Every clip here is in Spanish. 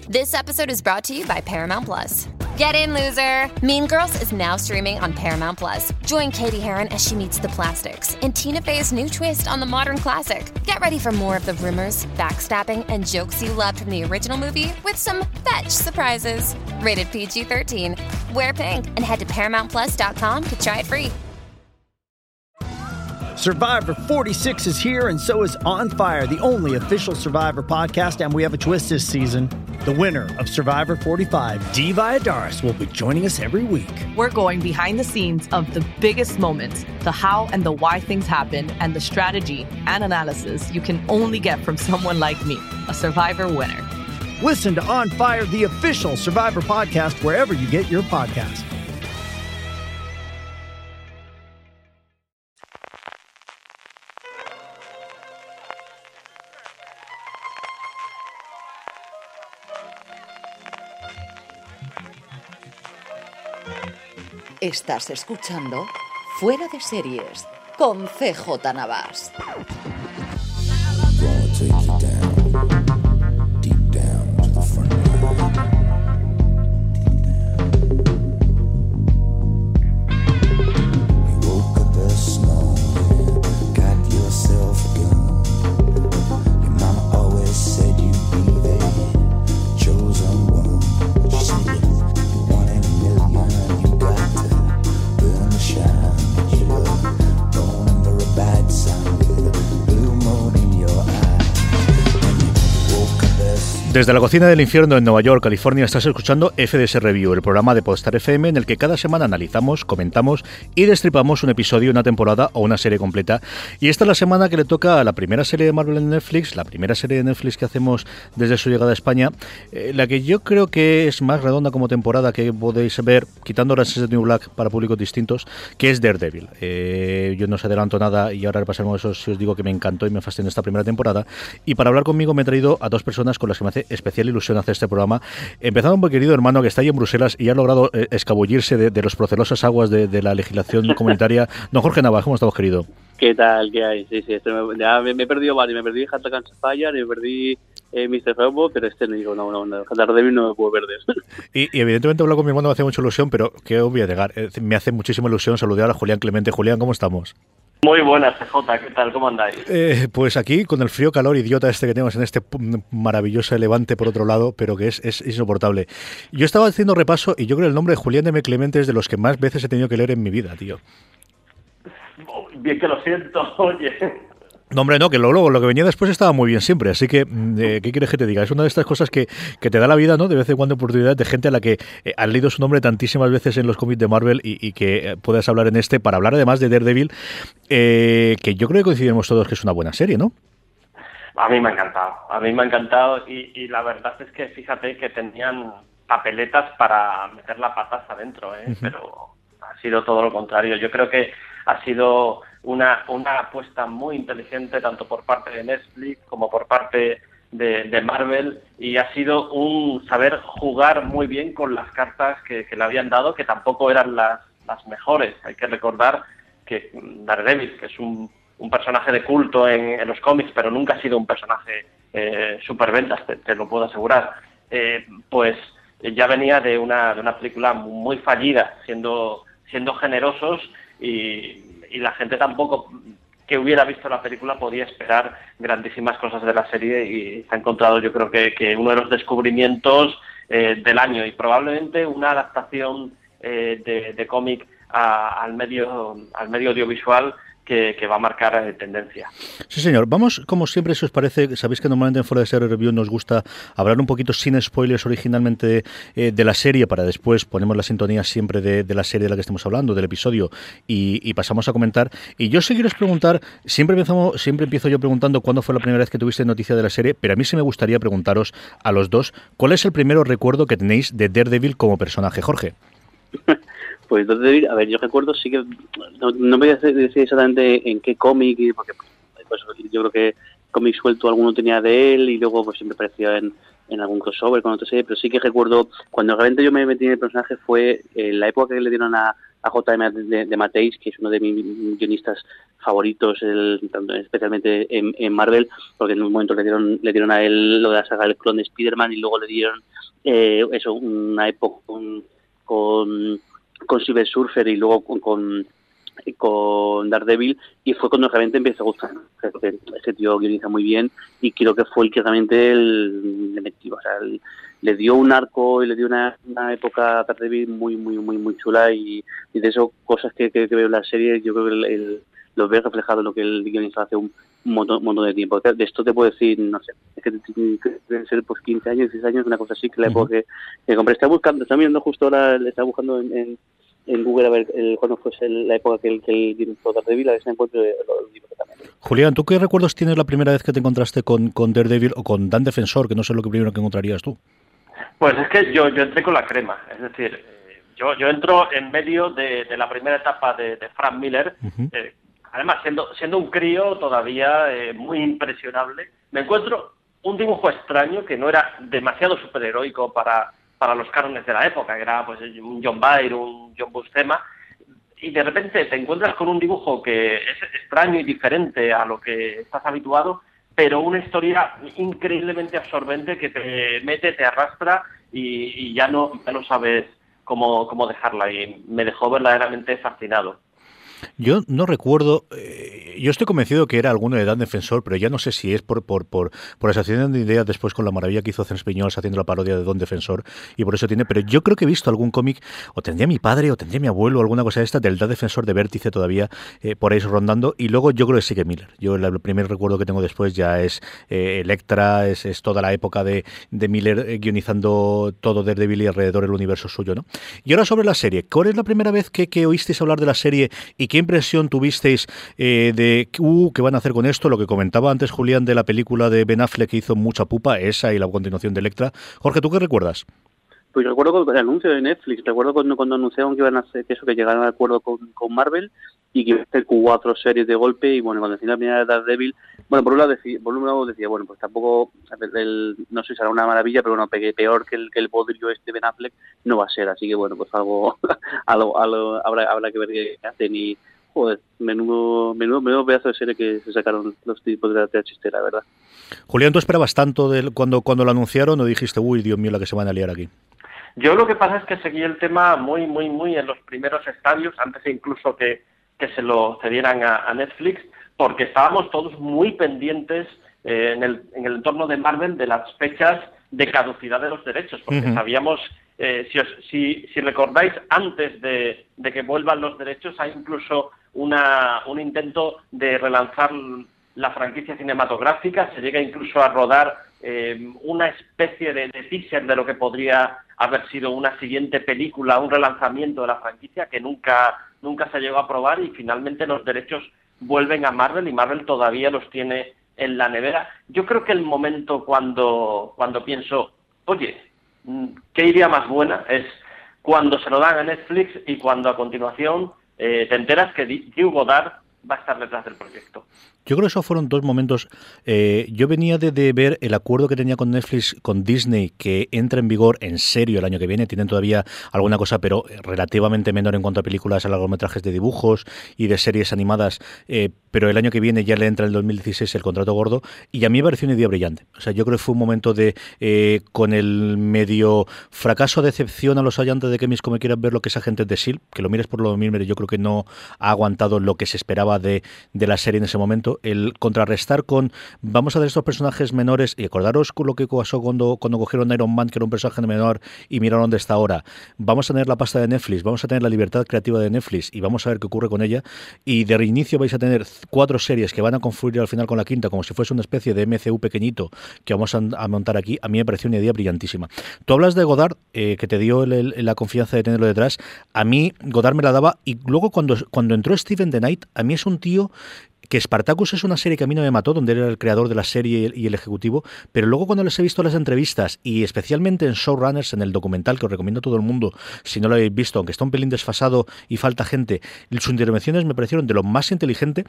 This episode is brought to you by Paramount Plus. Get in, loser! Mean Girls is now streaming on Paramount Plus. Join Katie Heron as she meets the plastics in Tina Fey's new twist on the modern classic. Get ready for more of the rumors, backstabbing, and jokes you loved from the original movie with some fetch surprises. Rated PG-13. Wear pink and head to ParamountPlus.com to try it free. Survivor 46 is here, and so is On Fire, the only official Survivor podcast, and we have a twist this season. The winner of Survivor 45, Dee Valladares, will be joining us every week. We're going behind the scenes of the biggest moments, the how and the why things happen, and the strategy and analysis you can only get from someone like me, a Survivor winner. Listen to On Fire, the official Survivor podcast, wherever you get your podcast. Estás escuchando Fuera de Series con CJ Navas. Desde la cocina del infierno en Nueva York, California, estás escuchando FDS Review, el programa de Podstar FM en el que cada semana analizamos, comentamos y destripamos un episodio, una temporada o una serie completa. Y esta es la semana que le toca a la primera serie de Marvel en Netflix, la primera serie de Netflix que hacemos desde su llegada a España, la que yo creo que es más redonda como temporada, que podéis ver, quitando Orange is the New Black para públicos distintos, que es Daredevil. Yo no os adelanto nada y ahora repasaremos eso si os digo que me encantó y me fascinó esta primera temporada. Y para hablar conmigo me he traído a dos personas con las que me hace especial ilusión hacer este programa. Empezando por mi querido hermano que está ahí en Bruselas y ha logrado escabullirse de los procelosas aguas de la legislación comunitaria. Don Jorge Navas, ¿cómo estamos, querido? ¿Qué tal? ¿Qué hay? Sí, ya me he perdido varios. Me perdí Hat Against Fire y me perdí Mr. Robot, pero no digo, no. Daredevil no me puedo perder. Y evidentemente hablar con mi hermano me hace mucha ilusión, pero ¿qué os voy a negar? Me hace muchísima ilusión saludar a Julián Clemente. Julián, ¿cómo estamos? Muy buenas, CJ, ¿qué tal? ¿Cómo andáis? Pues aquí, con el frío calor idiota que tenemos en este maravilloso Levante por otro lado, pero que es insoportable. Yo estaba haciendo repaso y yo creo que el nombre de Julián M. Clemente es de los que más veces he tenido que leer en mi vida, tío. Bien que lo siento, oye. No, hombre, no, que luego lo que venía después estaba muy bien siempre, así que, ¿qué quieres que te diga? Es una de estas cosas que te da la vida, ¿no? De vez en cuando oportunidad de gente a la que has leído su nombre tantísimas veces en los cómics de Marvel y que puedas hablar en para hablar además de Daredevil, que yo creo que coincidimos todos que es una buena serie, ¿no? A mí me ha encantado y la verdad es que fíjate que tenían papeletas para meter la patas adentro, Uh-huh. Pero ha sido todo lo contrario. Yo creo que ha sido una apuesta muy inteligente tanto por parte de Netflix como por parte de Marvel, y ha sido un saber jugar muy bien con las cartas que le habían dado, que tampoco eran las mejores. Hay que recordar que Daredevil, que es un personaje de culto en los cómics, pero nunca ha sido un personaje superventas, te lo puedo asegurar, pues ya venía de una película muy fallida, siendo generosos, y la gente tampoco que hubiera visto la película podía esperar grandísimas cosas de la serie, y se ha encontrado, yo creo que uno de los descubrimientos del año, y probablemente una adaptación de cómic al medio audiovisual que va a marcar tendencia. Sí, señor. Vamos, como siempre, si os parece, sabéis que normalmente en Fuera de Serie Review nos gusta hablar un poquito sin spoilers originalmente de la serie, para después ponemos la sintonía siempre de la serie de la que estemos hablando, del episodio, y pasamos a comentar. Y yo sí quiero preguntar, siempre empiezo yo preguntando cuándo fue la primera vez que tuviste noticia de la serie, pero a mí sí me gustaría preguntaros a los dos, ¿cuál es el primer recuerdo que tenéis de Daredevil como personaje? Jorge. Pues Daredevil, a ver, yo recuerdo, sí que no voy a decir exactamente en qué cómic, porque pues, yo creo que cómic suelto alguno tenía de él, y luego pues siempre aparecía en algún crossover con otra serie, pero sí que recuerdo, cuando realmente yo me metí en el personaje fue en la época que le dieron a a J.M. de Matteis, que es uno de mis guionistas favoritos, especialmente en Marvel, porque en un momento le dieron a él lo de la saga del clon de Spider-Man, y luego le dieron una época con Silver Surfer, y luego con Daredevil, y fue cuando realmente empezó a gustar. Ese tío guioniza muy bien, y creo que fue el que realmente le metió, o sea, le dio un arco y le dio una época a Daredevil muy chula, y de eso, cosas que veo en la serie, yo creo que lo veo reflejado en lo que el guionista hace un montón de tiempo. De esto te puedo decir, no sé, es que deben ser pues 15 años, 16 años, una cosa así, que la época que compré. Estaba mirando justo ahora, estaba buscando en Google a ver cuándo fue la época que el director de Daredevil, a ver si encuentro los libros también. Julián, ¿tú qué recuerdos tienes la primera vez que te encontraste con Daredevil o con Dan Defensor, que no sé lo que primero que encontrarías tú? Pues es que yo entré con la crema, es decir, yo entro en medio de la primera etapa de Frank Miller, además siendo un crío todavía muy impresionable. Me encuentro un dibujo extraño que no era demasiado superheroico para los cánones de la época, que era pues un John Byrne, un John Buscema, y de repente te encuentras con un dibujo que es extraño y diferente a lo que estás habituado, pero una historia increíblemente absorbente que te mete, te arrastra y ya no sabes cómo dejarla, y me dejó verdaderamente fascinado. Yo no recuerdo, yo estoy convencido que era alguno de Dan Defensor, pero ya no sé si es por asociación de ideas después con la maravilla que hizo Cens Peñols haciendo la parodia de Don Defensor, y por eso tiene, pero yo creo que he visto algún cómic, o tendría mi padre, o tendría mi abuelo, alguna cosa de esta, del Dan Defensor de Vértice todavía, por ahí rondando, y luego yo creo que sí que Miller. Yo el primer recuerdo que tengo después ya es Elektra, es toda la época de Miller guionizando todo Daredevil y alrededor el universo suyo, ¿no? Y ahora sobre la serie, ¿cuál es la primera vez que oísteis hablar de la serie y qué impresión tuvisteis de qué van a hacer con esto? Lo que comentaba antes Julián de la película de Ben Affleck, que hizo mucha pupa, esa y la continuación de Elektra. Jorge, ¿tú qué recuerdas? Pues yo recuerdo con el anuncio de Netflix, recuerdo cuando anunciaron que iban a hacer que llegaron al acuerdo con Marvel y que iban a hacer 4 series de golpe, y bueno, cuando decían la primera de Daredevil, bueno, por un lado decía, bueno, pues tampoco, no sé si será una maravilla, pero bueno, peor que el bodrio Ben Affleck no va a ser, así que bueno, pues algo habrá que ver qué hacen. Y joder, menudo pedazo de serie que se sacaron los tipos de la chistera, ¿verdad? Julián, ¿tú esperabas tanto cuando lo anunciaron o dijiste, uy, Dios mío, la que se van a liar aquí? Yo lo que pasa es que seguí el tema muy en los primeros estadios, antes incluso que se lo cedieran a Netflix, porque estábamos todos muy pendientes en el entorno de Marvel de las fechas de caducidad de los derechos, porque sabíamos, si recordáis, antes de que vuelvan los derechos hay incluso un intento de relanzar la franquicia cinematográfica, se llega incluso a rodar una especie de teaser de lo que podría haber sido una siguiente película, un relanzamiento de la franquicia que nunca se llegó a probar, y finalmente los derechos vuelven a Marvel y Marvel todavía los tiene en la nevera. Yo creo que el momento cuando pienso, oye, ¿qué idea más buena? Es cuando se lo dan a Netflix y cuando a continuación te enteras que Drew Goddard va a estar detrás del proyecto. Yo creo que esos fueron dos momentos. Yo venía de ver el acuerdo que tenía con Netflix, con Disney, que entra en vigor en serio el año que viene. Tienen todavía alguna cosa, pero relativamente menor en cuanto a películas, a largometrajes de dibujos y de series animadas. Pero el año que viene ya le entra el 2016 el contrato gordo. Y a mí me pareció una idea brillante. O sea, yo creo que fue un momento de, con el medio fracaso, decepción a los hallantes de que mis como quieran ver lo que es Agentes de S.H.I.E.L.D., que lo mires por lo mismo, yo creo que no ha aguantado lo que se esperaba de la serie en ese momento. El contrarrestar con vamos a ver estos personajes menores, y acordaros con lo que pasó cuando cogieron Iron Man, que era un personaje menor, y miraron dónde está ahora. Vamos a tener la pasta de Netflix, vamos a tener la libertad creativa de Netflix y vamos a ver qué ocurre con ella, y de reinicio vais a tener 4 series que van a confluir al final con la quinta, como si fuese una especie de MCU pequeñito que vamos a montar aquí. A mí me pareció una idea brillantísima. Tú hablas de Goddard, que te dio la confianza de tenerlo detrás. A mí Goddard me la daba, y luego cuando entró Steven Knight, a mí es un tío que Spartacus es una serie que a mí no me mató, donde era el creador de la serie y el ejecutivo, pero luego cuando les he visto las entrevistas, y especialmente en Showrunners, en el documental que os recomiendo a todo el mundo, si no lo habéis visto, aunque está un pelín desfasado y falta gente, sus intervenciones me parecieron de lo más inteligente.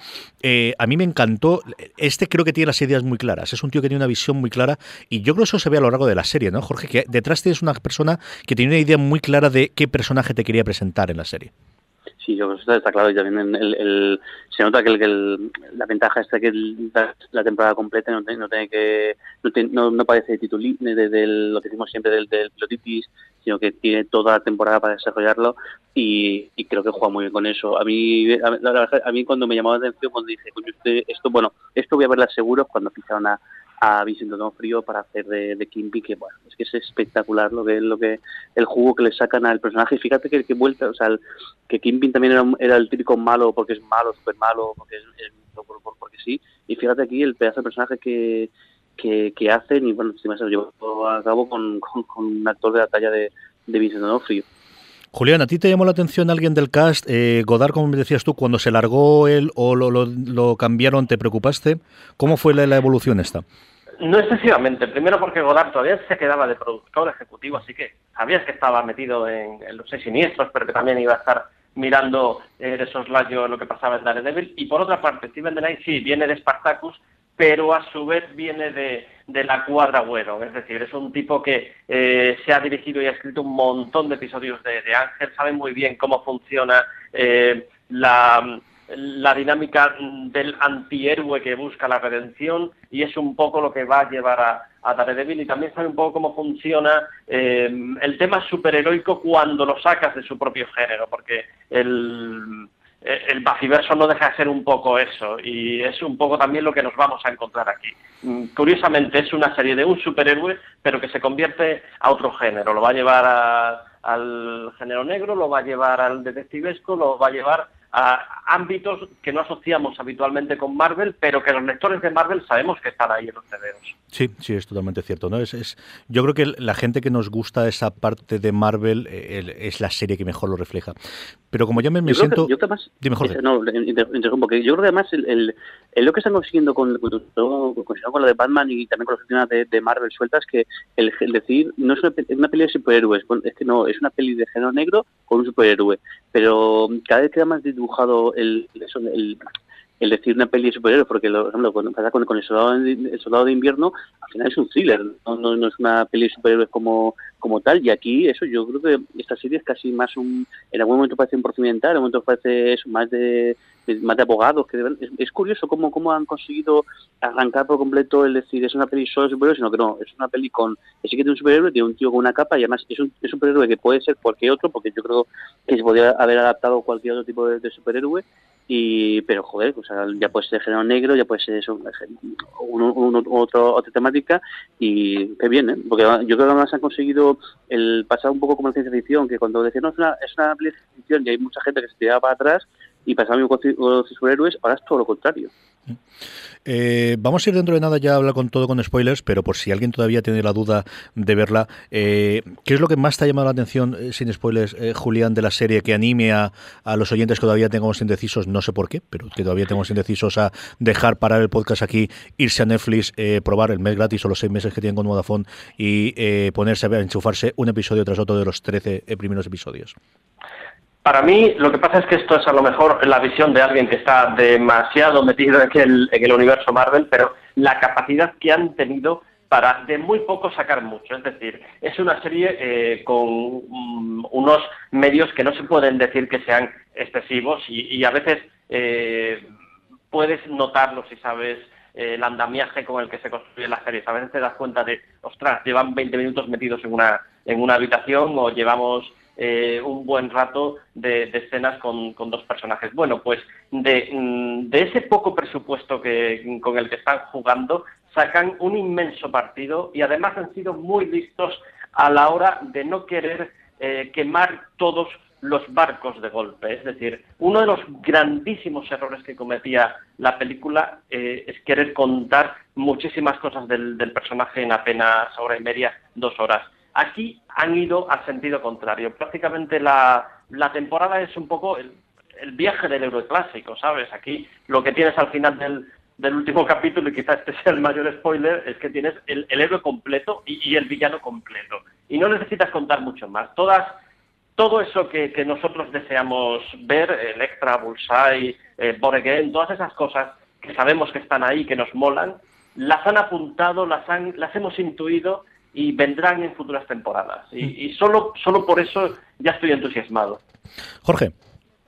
A mí me encantó. Creo que tiene las ideas muy claras, es un tío que tiene una visión muy clara, y yo creo que eso se ve a lo largo de la serie, ¿no, Jorge? Que detrás tienes una persona que tiene una idea muy clara de qué personaje te quería presentar en la serie. Sí, yo creo que está claro, y también se nota que la ventaja está que la temporada completa no parece de lo que decimos siempre del pilotitis, sino que tiene toda la temporada para desarrollarlo y creo que juega muy bien con eso. A mí cuando me llamó la atención, cuando dije, coño, esto voy a verla seguro, cuando fijaron a Vincent D'Onofrio para hacer de Kingpin, que bueno, es que es espectacular lo que el jugo que le sacan al personaje. Y fíjate que vuelta, o sea, que Kingpin también era el típico malo porque es malo, súper malo, porque porque sí. Y fíjate aquí el pedazo de personaje que hacen, y bueno, encima se lo llevó a cabo con un actor de la talla de Vincent D'Onofrio. Julián, ¿a ti te llamó la atención alguien del cast? Godard, como me decías tú, cuando se largó él o lo cambiaron, ¿te preocupaste? ¿Cómo fue la evolución esta? No excesivamente. Primero porque Godard todavía se quedaba de productor ejecutivo, así que sabías que estaba metido en Los Seis Siniestros, pero que también iba a estar mirando de soslayo lo que pasaba en Daredevil. Y por otra parte, Steven DeKnight sí viene de Spartacus, pero a su vez viene de la cuadra Güero. Es decir, es un tipo que se ha dirigido y ha escrito un montón de episodios de Ángel, sabe muy bien cómo funciona la dinámica del antihéroe que busca la redención, y es un poco lo que va a llevar a Daredevil, y también sabe un poco cómo funciona el tema superheroico cuando lo sacas de su propio género, porque el Buffyverso no deja de ser un poco eso, y es un poco también lo que nos vamos a encontrar aquí. Curiosamente es una serie de un superhéroe, pero que se convierte a otro género, lo va a llevar al género negro, lo va a llevar al detectivesco, lo va a llevar a ámbitos que no asociamos habitualmente con Marvel, pero que los lectores de Marvel sabemos que están ahí en los tebeos. Sí, es totalmente cierto, ¿no? Yo creo que la gente que nos gusta esa parte de Marvel es la serie que mejor lo refleja. Pero como ya me siento... Dime, Jorge. No, interrumpo, que yo creo que además lo que están consiguiendo con la de Batman y también con las últimas de Marvel sueltas, que el decir, no es una peli de superhéroes, es que no, es una peli de género negro con un superhéroe, pero cada vez queda más dibujado el decir una peli de superhéroes, porque por ejemplo, cuando pasa con el soldado de invierno, al final es un thriller, no es una peli de superhéroes como tal, y aquí eso, yo creo que esta serie es casi más en algún momento parece un procedimental, en algún momento parece eso, más de abogados, que es curioso cómo han conseguido arrancar por completo el decir es una peli solo de superhéroes, sino que no, es una peli sí que tiene un superhéroe, tiene un tío con una capa, y además es un superhéroe que puede ser cualquier otro, porque yo creo que se podría haber adaptado cualquier otro tipo de superhéroe, pero joder, o sea, ya puede ser género negro, ya puede ser eso, otra temática, y qué bien, porque yo creo que además han conseguido el pasar un poco como la ciencia ficción, que cuando decían no, es una peli de ciencia ficción, y hay mucha gente que se tiraba para atrás y pasaba con los superhéroes, ahora es todo lo contrario. Vamos a ir dentro de nada ya a hablar con spoilers, pero por si alguien todavía tiene la duda de verla, ¿qué es lo que más te ha llamado la atención, sin spoilers, Julián, de la serie, que anime a los oyentes que todavía tengamos indecisos, no sé por qué, pero que todavía tengamos indecisos, a dejar parar el podcast aquí, irse a Netflix, probar el mes gratis o los 6 meses que tienen con Vodafone y ponerse a enchufarse un episodio tras otro de los 13 primeros episodios? Para mí, lo que pasa es que esto es a lo mejor la visión de alguien que está demasiado metido en el universo Marvel, pero la capacidad que han tenido para de muy poco sacar mucho. Es decir, es una serie con unos medios que no se pueden decir que sean excesivos, y a veces puedes notarlo si sabes el andamiaje con el que se construye la serie. A veces te das cuenta de, ostras, llevan 20 minutos metidos en una habitación, o llevamos un buen rato de escenas con 2 personajes. Bueno, pues de ese poco presupuesto con el que están jugando, sacan un inmenso partido, y además han sido muy listos a la hora de no querer quemar todos los barcos de golpe. Es decir, uno de los grandísimos errores que cometía la película es querer contar muchísimas cosas del personaje en apenas hora y media, 2 horas. Aquí han ido al sentido contrario. Prácticamente la temporada es un poco el viaje del héroe clásico, ¿sabes? Aquí lo que tienes al final del último capítulo, y quizás este sea el mayor spoiler, es que tienes el héroe completo y el villano completo. Y no necesitas contar mucho más. Todo eso que nosotros deseamos ver, Elektra, Bullseye, Born Again, todas esas cosas que sabemos que están ahí, que nos molan, las han apuntado, las hemos intuido, y vendrán en futuras temporadas. Y solo por eso ya estoy entusiasmado. Jorge.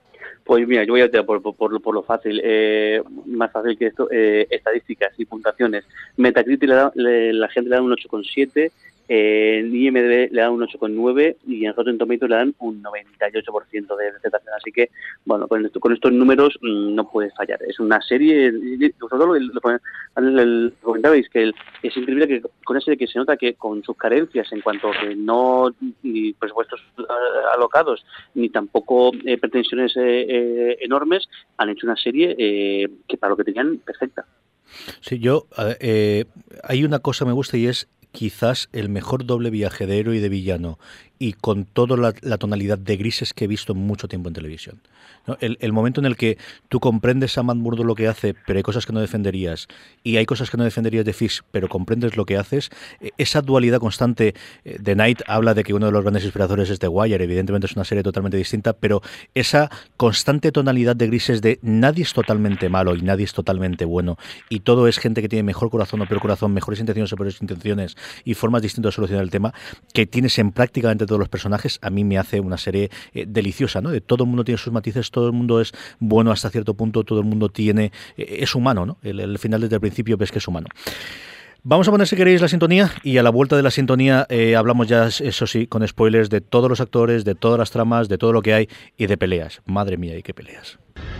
Pues mira, yo voy a tirar por lo fácil, más fácil que esto, estadísticas y puntuaciones. Metacritic la gente le da un 8,7, en IMDb le dan un 8,9 y en Rotten Tomatoes le dan un 98% de aceptación. Así que, bueno, con estos números no puedes fallar. Es una serie, sobre todo lo comentabais, que es increíble que con esa serie que se nota que con sus carencias en cuanto a que no ni presupuestos alocados ni tampoco pretensiones enormes, han hecho una serie que para lo que tenían perfecta. Sí, hay una cosa que me gusta y es quizás el mejor doble viaje de héroe y de villano, y con toda la tonalidad de grises que he visto en mucho tiempo en televisión, ¿no? El momento en el que tú comprendes a Matt Murdock lo que hace, pero hay cosas que no defenderías, y hay cosas que no defenderías de Fisk, pero comprendes lo que haces, esa dualidad constante. The Knight habla de que uno de los grandes inspiradores es The Wire, evidentemente es una serie totalmente distinta, pero esa constante tonalidad de grises de nadie es totalmente malo y nadie es totalmente bueno, y todo es gente que tiene mejor corazón o peor corazón, mejores intenciones o peores intenciones, y formas distintas de solucionar el tema, que tienes en prácticamente todos los personajes. A mí me hace una serie deliciosa, ¿no? De todo el mundo tiene sus matices, todo el mundo es bueno hasta cierto punto, todo el mundo es humano, ¿no? El final desde el principio ves que es humano. Vamos a poner, si queréis, la sintonía, y a la vuelta de la sintonía hablamos ya, eso sí, con spoilers de todos los actores, de todas las tramas, de todo lo que hay y de peleas. Madre mía, y qué peleas.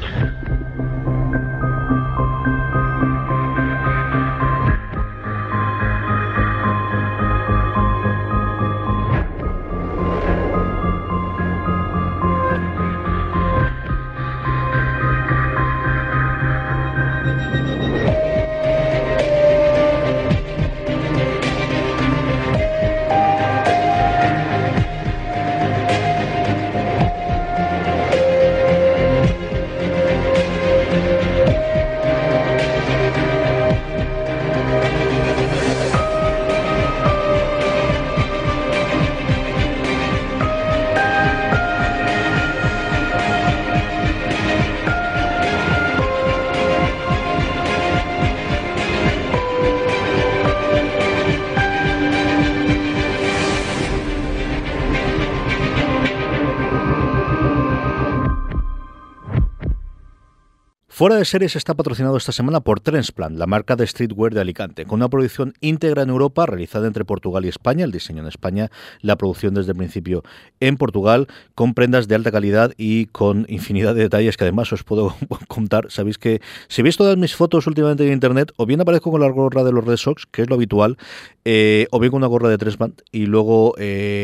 Fuera de Series está patrocinado esta semana por Transplant, la marca de streetwear de Alicante, con una producción íntegra en Europa, realizada entre Portugal y España, el diseño en España, la producción desde el principio en Portugal, con prendas de alta calidad y con infinidad de detalles que además os puedo contar. Sabéis que si veis todas mis fotos últimamente en internet, o bien aparezco con la gorra de los Red Sox, que es lo habitual, o bien con una gorra de Transplant, y luego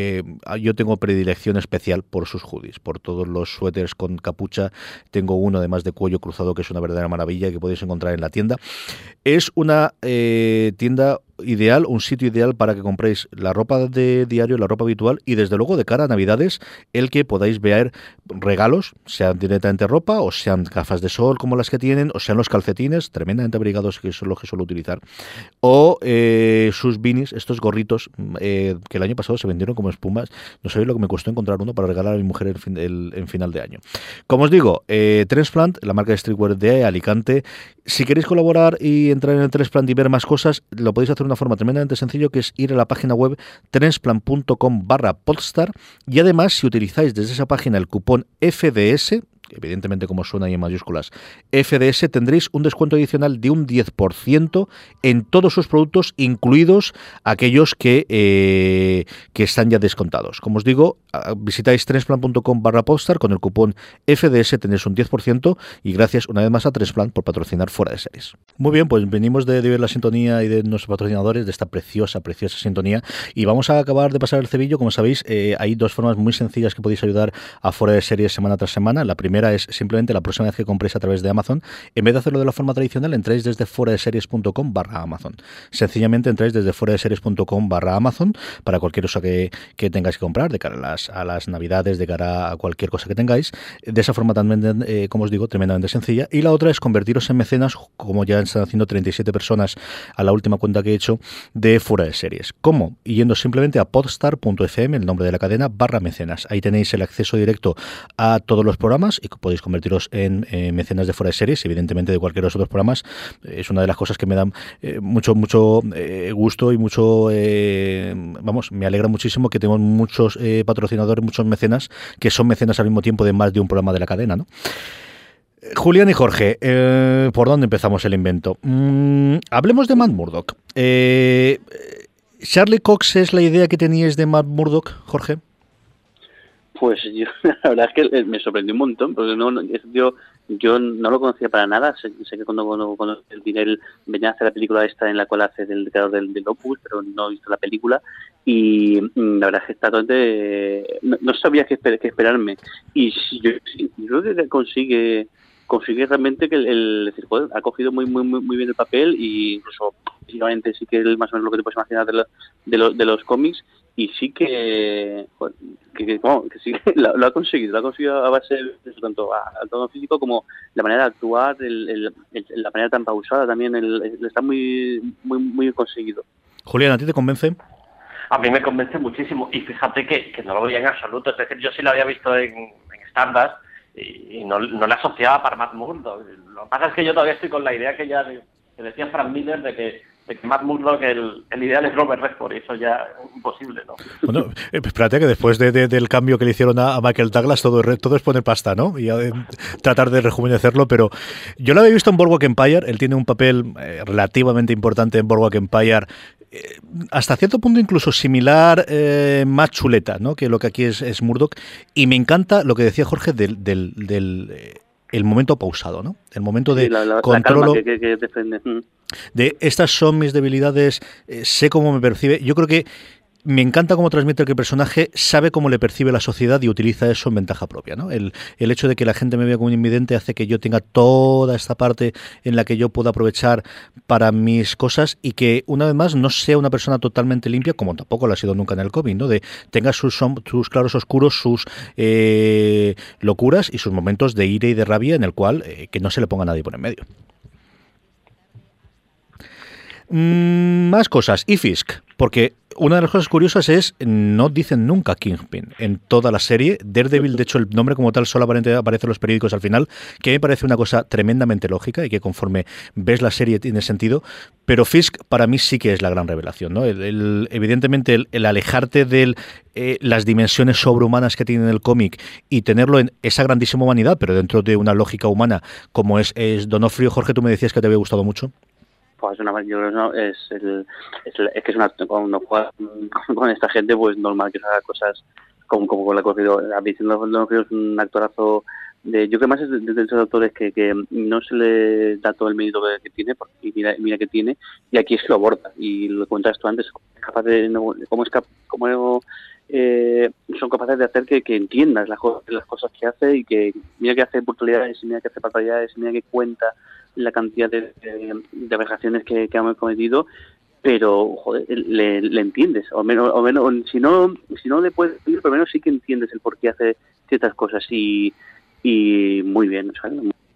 yo tengo predilección especial por sus hoodies, por todos los suéteres con capucha. Tengo uno además de cuello cruzado que es una verdadera maravilla, que podéis encontrar en la tienda. Es una tienda ideal, un sitio ideal para que compréis la ropa de diario, la ropa habitual, y desde luego de cara a Navidades, el que podáis ver regalos, sean directamente ropa, o sean gafas de sol como las que tienen, o sean los calcetines tremendamente abrigados, que son los que suelo utilizar, o sus beanies, estos gorritos que el año pasado se vendieron como espumas. No sabéis lo que me costó encontrar uno para regalar a mi mujer en final de año. Como os digo, Transplant, la marca de streetwear de Alicante. Si queréis colaborar y entrar en el Transplant y ver más cosas, lo podéis hacer de una forma tremendamente sencilla, que es ir a la página web transplant.com/podstar, y además, si utilizáis desde esa página el cupón FDS, evidentemente como suena ahí en mayúsculas, FDS, tendréis un descuento adicional de un 10% en todos sus productos, incluidos aquellos que están ya descontados. Como os digo, visitáis transplant.com/podstar, con el cupón FDS tenéis un 10%, y gracias una vez más a Transplant por patrocinar Fuera de Series. Muy bien, pues venimos de ver la sintonía y de nuestros patrocinadores, de esta preciosa sintonía, y vamos a acabar de pasar el cebillo. Como sabéis, hay dos formas muy sencillas que podéis ayudar a Fuera de Series semana tras semana. La primera es simplemente la próxima vez que compréis a través de Amazon, en vez de hacerlo de la forma tradicional, entráis desde fueradeseries.com/Amazon. Sencillamente entráis desde fueradeseries.com/Amazon para cualquier cosa que tengáis que comprar, de cara a las Navidades, de cara a cualquier cosa que tengáis. De esa forma también, como os digo, tremendamente sencilla. Y la otra es convertiros en mecenas, como ya están haciendo 37 personas a la última cuenta que he hecho de Fuera de Series. ¿Cómo? Yendo simplemente a podstar.fm, el nombre de la cadena, /mecenas. Ahí tenéis el acceso directo a todos los programas, y podéis convertiros en mecenas de Fuera de Series, evidentemente de cualquiera de los otros programas. Es una de las cosas que me dan mucho gusto y mucho, me alegra muchísimo que tenemos muchos patrocinadores, muchos mecenas, que son mecenas al mismo tiempo de más de un programa de la cadena, ¿no? Julián y Jorge, ¿por dónde empezamos el invento? Hablemos de Matt Murdock. ¿Charlie Cox es la idea que teníais de Matt Murdock, Jorge? Pues yo, la verdad es que me sorprendió un montón, porque yo no lo conocía para nada. Sé que cuando el Dinel venía a hacer la película esta en la cual hace del creador del Opus, pero no he visto la película, y la verdad es que está totalmente... No sabía qué esperarme. Y yo creo que consigue realmente que el decir, joder, ha cogido muy bien el papel, y incluso físicamente sí que es más o menos lo que te puedes imaginar de los cómics, y sí que sí que lo ha conseguido a base de eso, tanto al tono físico como la manera de actuar, la manera tan pausada también, está muy conseguido. Julián, ¿a ti te convence? A mí me convence muchísimo, y fíjate que no lo veía en absoluto. Es decir, yo sí lo había visto en Stardust y no le asociaba para Matt Murdock. Lo que pasa es que yo todavía estoy con la idea que decía Frank Miller de que Matt Murdock, el ideal es Robert Redford, y eso ya es imposible, ¿no? Bueno, espérate que después del cambio que le hicieron a Michael Douglas, todo es poner pasta, ¿no? Y tratar de rejuvenecerlo, pero yo lo había visto en Boardwalk Empire. Él tiene un papel relativamente importante en Boardwalk Empire, hasta cierto punto incluso similar, más chuleta, ¿no?, que lo que aquí es Murdock, y me encanta lo que decía Jorge el momento pausado, ¿no? El momento de controlo, la calma que defiende. De estas son mis debilidades, sé cómo me percibe. Yo creo que me encanta cómo transmite que el personaje sabe cómo le percibe la sociedad y utiliza eso en ventaja propia, ¿no? El hecho de que la gente me vea como un invidente hace que yo tenga toda esta parte en la que yo puedo aprovechar para mis cosas, y que, una vez más, no sea una persona totalmente limpia, como tampoco lo ha sido nunca en el cómic, ¿no? De tenga sus claros oscuros, sus locuras y sus momentos de ira y de rabia, en el cual que no se le ponga a nadie por en medio. Más cosas. Y Fisk, porque una de las cosas curiosas es, no dicen nunca Kingpin en toda la serie. Daredevil, de hecho, el nombre como tal solo aparece en los periódicos al final, que me parece una cosa tremendamente lógica y que conforme ves la serie tiene sentido. Pero Fisk para mí sí que es la gran revelación, ¿no? Evidentemente el alejarte de las dimensiones sobrehumanas que tiene el cómic y tenerlo en esa grandísima humanidad, pero dentro de una lógica humana como es Donofrio. Jorge, tú me decías que te había gustado mucho. Pues es una, cuando juegas con esta gente, pues normal que haga cosas como le ha cogido. Diciendo que es un actorazo yo creo que más es de esos actores que no se le da todo el mérito que tiene, porque mira que tiene, y aquí es que lo aborda, y lo cuentas tú antes, capaz de cómo son capaces de hacer que entiendas las cosas que hace, y que mira que hace brutalidades, y mira que hace barbaridades, y mira que cuenta la cantidad de vejaciones que han cometido, pero joder, le entiendes, o menos si no le puedes decir, por lo menos sí que entiendes el por qué hace ciertas cosas, y muy bien, o sea,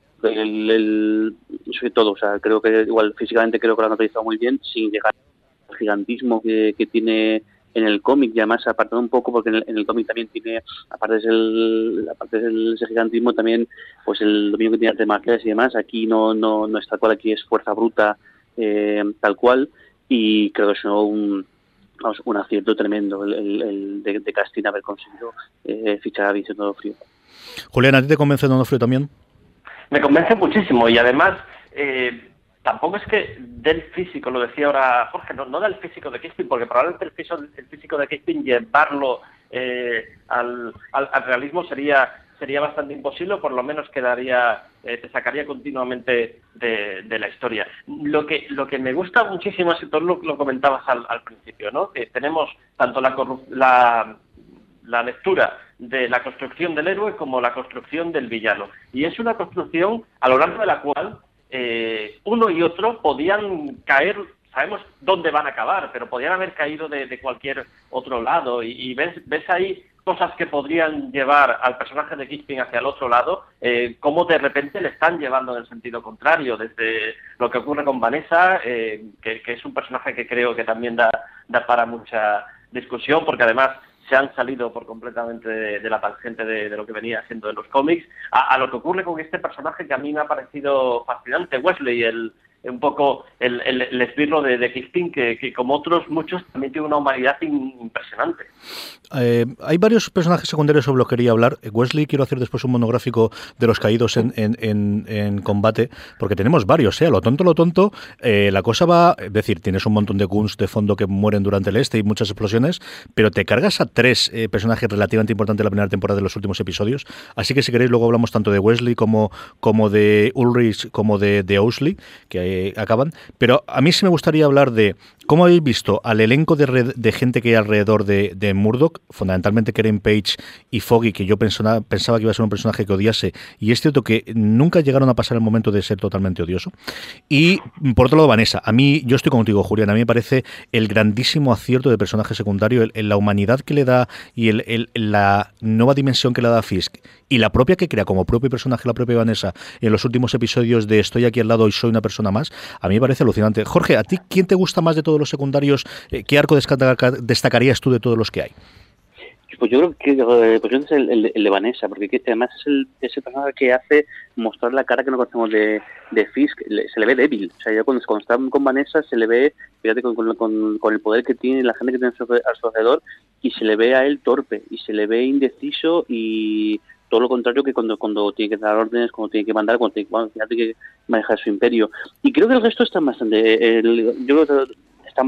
sobre todo, o sea, creo que igual físicamente creo que lo han utilizado muy bien, sin llegar al gigantismo que tiene en el cómic, y además apartado un poco, porque en el cómic también tiene, aparte del ese gigantismo, también pues el dominio que tiene artes marciales y demás. Aquí no es tal cual, aquí es fuerza bruta, tal cual, y creo que es un acierto tremendo el de casting haber conseguido fichar a Vincent D'Onofrio. Julián, ¿a ti te convence D'Onofrio también? Me convence muchísimo, y además tampoco es que del físico, lo decía ahora Jorge, no del físico de Kingpin, porque probablemente el físico de Kingpin llevarlo al realismo sería bastante imposible, o por lo menos te sacaría continuamente de la historia. Lo que me gusta muchísimo, si tú lo comentabas al principio, ¿no? Que tenemos tanto la lectura de la construcción del héroe como la construcción del villano, y es una construcción a lo largo de la cual uno y otro podían caer, sabemos dónde van a acabar, pero podían haber caído de cualquier otro lado, y ves ahí cosas que podrían llevar al personaje de Kingpin hacia el otro lado, cómo de repente le están llevando en el sentido contrario, desde lo que ocurre con Vanessa, que es un personaje que creo que también da para mucha discusión, porque además se han salido por completamente de la tangente de lo que venía siendo de los cómics, a lo que ocurre con este personaje que a mí me ha parecido fascinante, Wesley, un poco el esbirro de Kingpin, que como otros muchos también tiene una humanidad impresionante. Hay varios personajes secundarios sobre los que quería hablar. Wesley, quiero hacer después un monográfico de los caídos en combate, porque tenemos varios, a lo tonto, la cosa va, es decir, tienes un montón de guns de fondo que mueren durante el y muchas explosiones, pero te cargas a 3 personajes relativamente importantes de la primera temporada de los últimos episodios, así que si queréis luego hablamos tanto de Wesley como de Ulrich como de Owsley, que acaban, pero a mí sí me gustaría hablar de cómo habéis visto al elenco de gente que hay alrededor de Murdoch, fundamentalmente Karen Page y Foggy, que yo pensaba que iba a ser un personaje que odiase, y es cierto que nunca llegaron a pasar el momento de ser totalmente odioso. Y por otro lado, Vanessa, a mí, yo estoy contigo, Julián, a mí me parece el grandísimo acierto de personaje secundario, la humanidad que le da y la nueva dimensión que le da a Fisk, y la propia que crea como propio personaje la propia Vanessa en los últimos episodios de Estoy aquí al lado y soy una persona más, a mí me parece alucinante. Jorge, ¿a ti quién te gusta más de todos los secundarios? ¿Qué arco destacarías tú de todos los que hay? Pues yo creo que es el de Vanessa, porque además es el personaje que hace mostrar la cara que no conocemos de Fisk. Se le ve débil. O sea, ya cuando está con Vanessa se le ve, fíjate, con el poder que tiene, la gente que tiene a su alrededor, y se le ve a él torpe, y se le ve indeciso, y todo lo contrario que cuando tiene que dar órdenes, cuando tiene que mandar, cuando tiene que manejar su imperio. Y creo que el resto está bastante... yo creo que está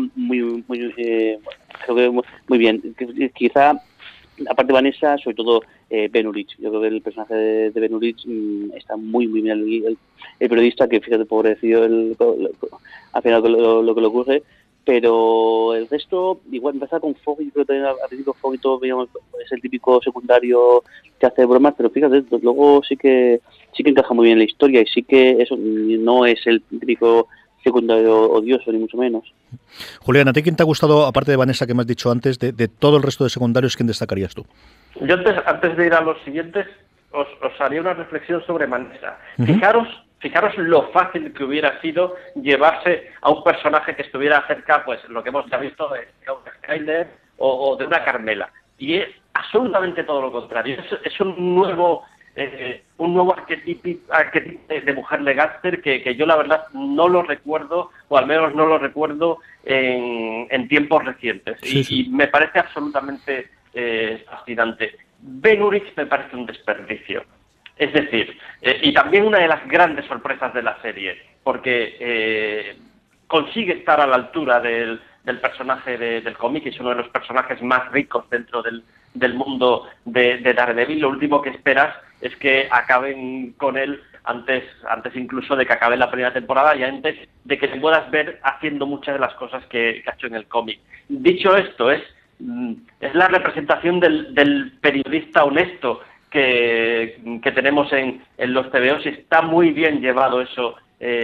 creo que muy bien. Quizá, aparte de Vanessa, sobre todo Ben Urich. Yo creo que el personaje de Ben Urich está muy bien. El periodista, que fíjate, pobrecillo, al final lo que le ocurre. Pero el resto, igual empezar con Foggy. Yo creo que también al principio Foggy todo veíamos, es el típico secundario que hace bromas, pero fíjate, luego sí que encaja muy bien en la historia, y sí que eso no es el típico secundario odioso, ni mucho menos. Julián, ¿a ti quién te ha gustado, aparte de Vanessa que me has dicho antes, de todo el resto de secundarios, quién destacarías tú? Yo antes de ir a los siguientes, os haría una reflexión sobre Vanessa. Fijaros lo fácil que hubiera sido llevarse a un personaje que estuviera cerca, pues lo que hemos ya visto de Skyler o de una Carmela. Y es absolutamente todo lo contrario. Es un nuevo arquetipo de mujer Legaster que yo la verdad no lo recuerdo, o al menos no lo recuerdo en tiempos recientes. Sí. Y me parece absolutamente fascinante. Ben Urich me parece un desperdicio. Es decir, y también una de las grandes sorpresas de la serie, porque consigue estar a la altura del personaje del cómic, es uno de los personajes más ricos dentro del mundo de Daredevil. Lo último que esperas es que acaben con él antes incluso de que acabe la primera temporada, y antes de que te puedas ver haciendo muchas de las cosas que ha hecho en el cómic. Dicho esto, es la representación del periodista honesto que tenemos en los TVOs, y está muy bien llevado eso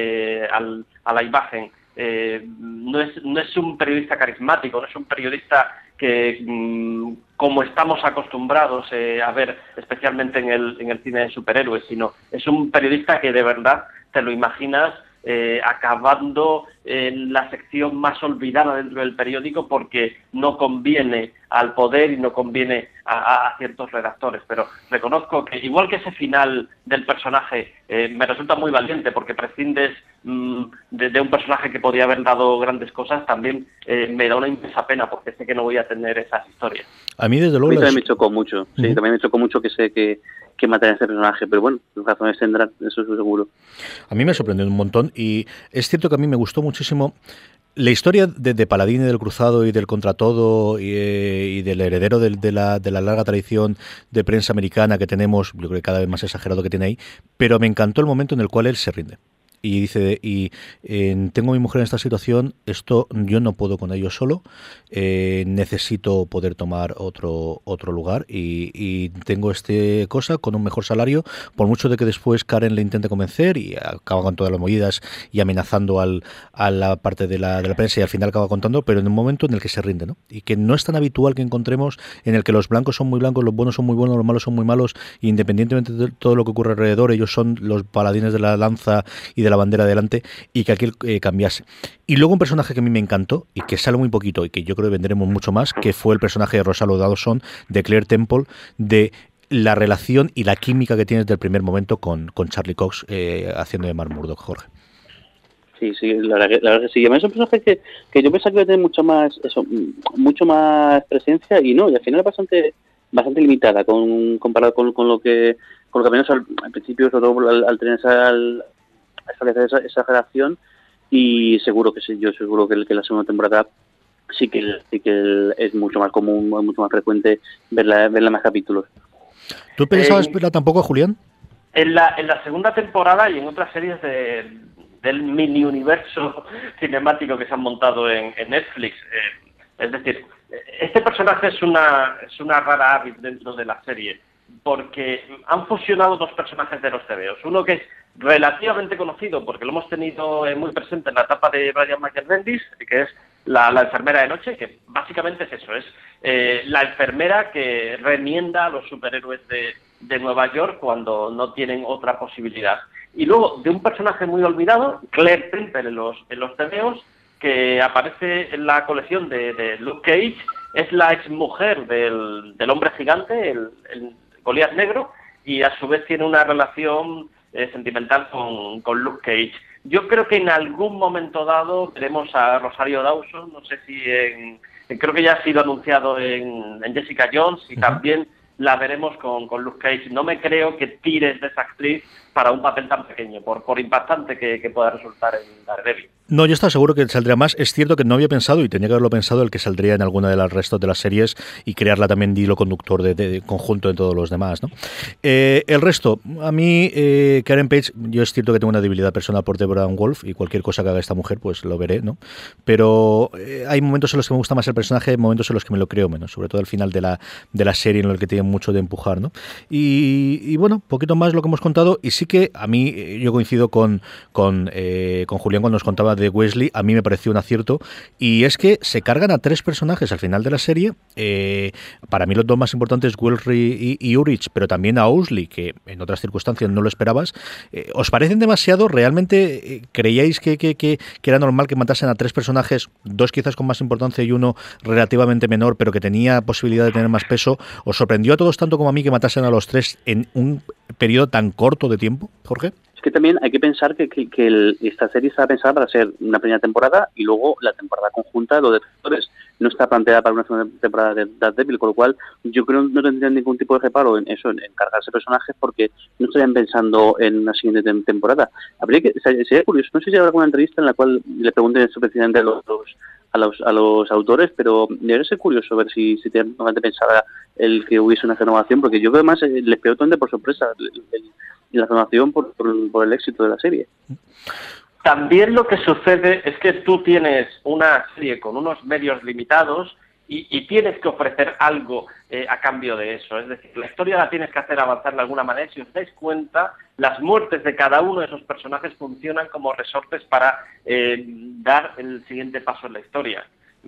a la imagen. No es un periodista carismático, no es un periodista que como estamos acostumbrados a ver, especialmente en el cine de superhéroes, sino es un periodista que de verdad te lo imaginas acabando en la sección más olvidada dentro del periódico, porque no conviene al poder y no conviene a ciertos redactores. Pero reconozco que, igual que ese final del personaje me resulta muy valiente, porque prescindes de un personaje que podía haber dado grandes cosas, también me da una inmensa pena, porque sé que no voy a tener esas historias. A mí desde luego también me chocó mucho, sí, también me chocó mucho que sé que matar a ese personaje, pero bueno, razones tendrán, eso es seguro. A mí me sorprendió un montón, y es cierto que a mí me gustó muchísimo la historia de Paladín y del Cruzado y del Contra Todo y del heredero de la larga tradición de prensa americana que tenemos, yo creo que cada vez más exagerado que tiene ahí, pero me encantó el momento en el cual él se rinde. Y dice, tengo a mi mujer en esta situación, esto yo no puedo con ello solo, necesito poder tomar otro lugar, y tengo este cosa con un mejor salario, por mucho de que después Karen le intente convencer y acaba con todas las movidas y amenazando a la parte de la prensa, y al final acaba contando, pero en un momento en el que se rinde, ¿no? Y que no es tan habitual que encontremos, en el que los blancos son muy blancos, los buenos son muy buenos, los malos son muy malos, independientemente de todo lo que ocurre alrededor, ellos son los paladines de la lanza y de la bandera delante y que aquí cambiase. Y luego un personaje que a mí me encantó y que sale muy poquito y que yo creo que venderemos mucho más, que fue el personaje de Rosario Dawson, de Claire Temple, de la relación y la química que tiene desde el primer momento con Charlie Cox haciendo de Matt Murdock, Jorge. Sí, la verdad que sí. Es un personaje que yo pensaba que iba a tener mucho más presencia y no, y al final es bastante limitada comparado con lo que al menos al principio, sobre todo al tener establecer esa relación, y seguro que sí, yo seguro que la segunda temporada sí que es mucho más común, mucho más frecuente verla en más capítulos. ¿Tú pensabas verla tampoco, Julián? En la segunda temporada y en otras series del mini universo cinemático que se han montado en Netflix, es decir, este personaje es una rara avis dentro de la serie, porque han fusionado dos personajes de los TVOs. Uno que es relativamente conocido, porque lo hemos tenido muy presente en la etapa de Brian Michael Bendis, que es la enfermera de noche, que básicamente es eso, es la enfermera que remienda a los superhéroes de Nueva York cuando no tienen otra posibilidad. Y luego, de un personaje muy olvidado, Claire Temple en los TVOs, que aparece en la colección de Luke Cage, es la exmujer del hombre gigante, el Goliath negro, y a su vez tiene una relación sentimental con Luke Cage. Yo creo que en algún momento dado veremos a Rosario Dawson, no sé si creo que ya ha sido anunciado en Jessica Jones, y también la veremos con Luke Cage. No me creo que tires de esa actriz para un papel tan pequeño, por impactante que pueda resultar en Daredevil. No, yo estaba seguro que saldría más. Es cierto que no había pensado, y tenía que haberlo pensado, el que saldría en alguna de las restos de las series y crearla también de hilo conductor de conjunto de todos los demás, ¿no? El resto, a mí, Karen Page, yo es cierto que tengo una debilidad personal por Deborah Wolf, y cualquier cosa que haga esta mujer, pues lo veré, ¿no? Pero hay momentos en los que me gusta más el personaje, momentos en los que me lo creo menos, sobre todo al final de la serie, en el que tiene mucho de empujar, ¿no? Y bueno, poquito más lo que hemos contado, y sí que a mí, yo coincido con Julián cuando nos contaba de Wesley, a mí me pareció un acierto, y es que se cargan a 3 personajes al final de la serie, para mí los dos más importantes, Wesley y Ulrich, pero también a Owsley, que en otras circunstancias no lo esperabas. ¿Os parecen demasiado? ¿Realmente creíais que era normal que matasen a 3 personajes, 2 quizás con más importancia y uno relativamente menor, pero que tenía posibilidad de tener más peso? ¿Os sorprendió a todos tanto como a mí que matasen a los 3 en un periodo tan corto de tiempo, Jorge? Es que también hay que pensar que esta serie está pensada para ser una primera temporada y luego la temporada conjunta de los defensores. No está planteada para una segunda temporada de Daredevil, con lo cual yo creo que no tendrían ningún tipo de reparo en eso, en cargarse personajes, porque no estarían pensando en una siguiente temporada. Sería curioso, no sé si habrá alguna entrevista en la cual le pregunten eso precisamente a los autores, pero debería ser curioso ver si tienen pensada el que hubiese una renovación, porque yo creo que además les pegó totalmente por sorpresa la renovación por el éxito de la serie. También lo que sucede es que tú tienes una serie con unos medios limitados y tienes que ofrecer algo a cambio de eso. Es decir, la historia la tienes que hacer avanzar de alguna manera. Si os dais cuenta, las muertes de cada uno de esos personajes funcionan como resortes para dar el siguiente paso en la historia.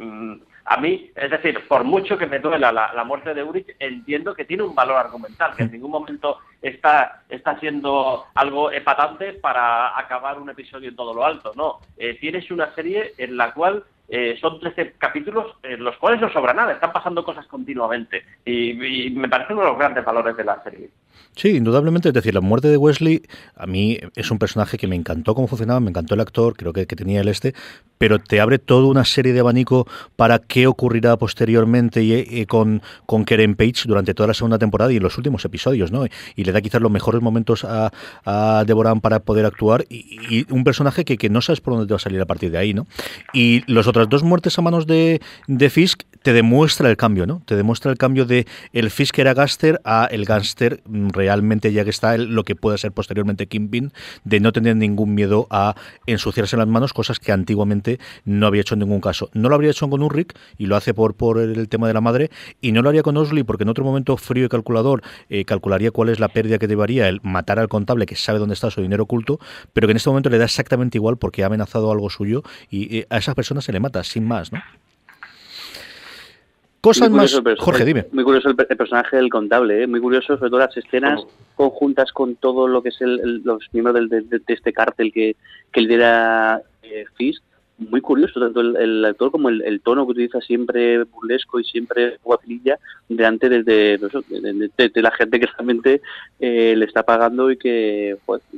A mí, es decir, por mucho que me duela la muerte de Ulrich, entiendo que tiene un valor argumental, que en ningún momento está siendo algo epatante para acabar un episodio en todo lo alto. No, tienes una serie en la cual son 13 capítulos en los cuales no sobra nada, están pasando cosas continuamente, y me parece uno de los grandes valores de la serie. Sí, indudablemente, es decir, la muerte de Wesley a mí es un personaje que me encantó cómo funcionaba, me encantó el actor, creo que tenía el pero te abre toda una serie de abanico para qué ocurrirá posteriormente y con Karen Page durante toda la segunda temporada y en los últimos episodios, ¿no? Y le da quizás los mejores momentos a Deborah para poder actuar, y un personaje que no sabes por dónde te va a salir a partir de ahí, ¿no? Y las otras 2 muertes a manos de Fisk te demuestra el cambio, ¿no? Te demuestra el cambio de el Fisk que era gángster a el gángster realmente, ya que está lo que puede ser posteriormente Kingpin, de no tener ningún miedo a ensuciarse las manos, cosas que antiguamente no había hecho en ningún caso. No lo habría hecho con Ulrich, y lo hace por el tema de la madre, y no lo haría con Owsley, porque en otro momento frío y calculador calcularía cuál es la pérdida que llevaría el matar al contable, que sabe dónde está su dinero oculto, pero que en este momento le da exactamente igual porque ha amenazado algo suyo, y a esas personas se le mata, sin más, ¿no? Cosas más... Jorge, dime. Muy curioso el personaje del contable, muy curioso, sobre todo las escenas conjuntas con todo lo que es los miembros de este cártel que lidera Fisk. Muy curioso, tanto el actor como el tono que utiliza, siempre burlesco y siempre guapililla, delante de la gente que realmente le está pagando y que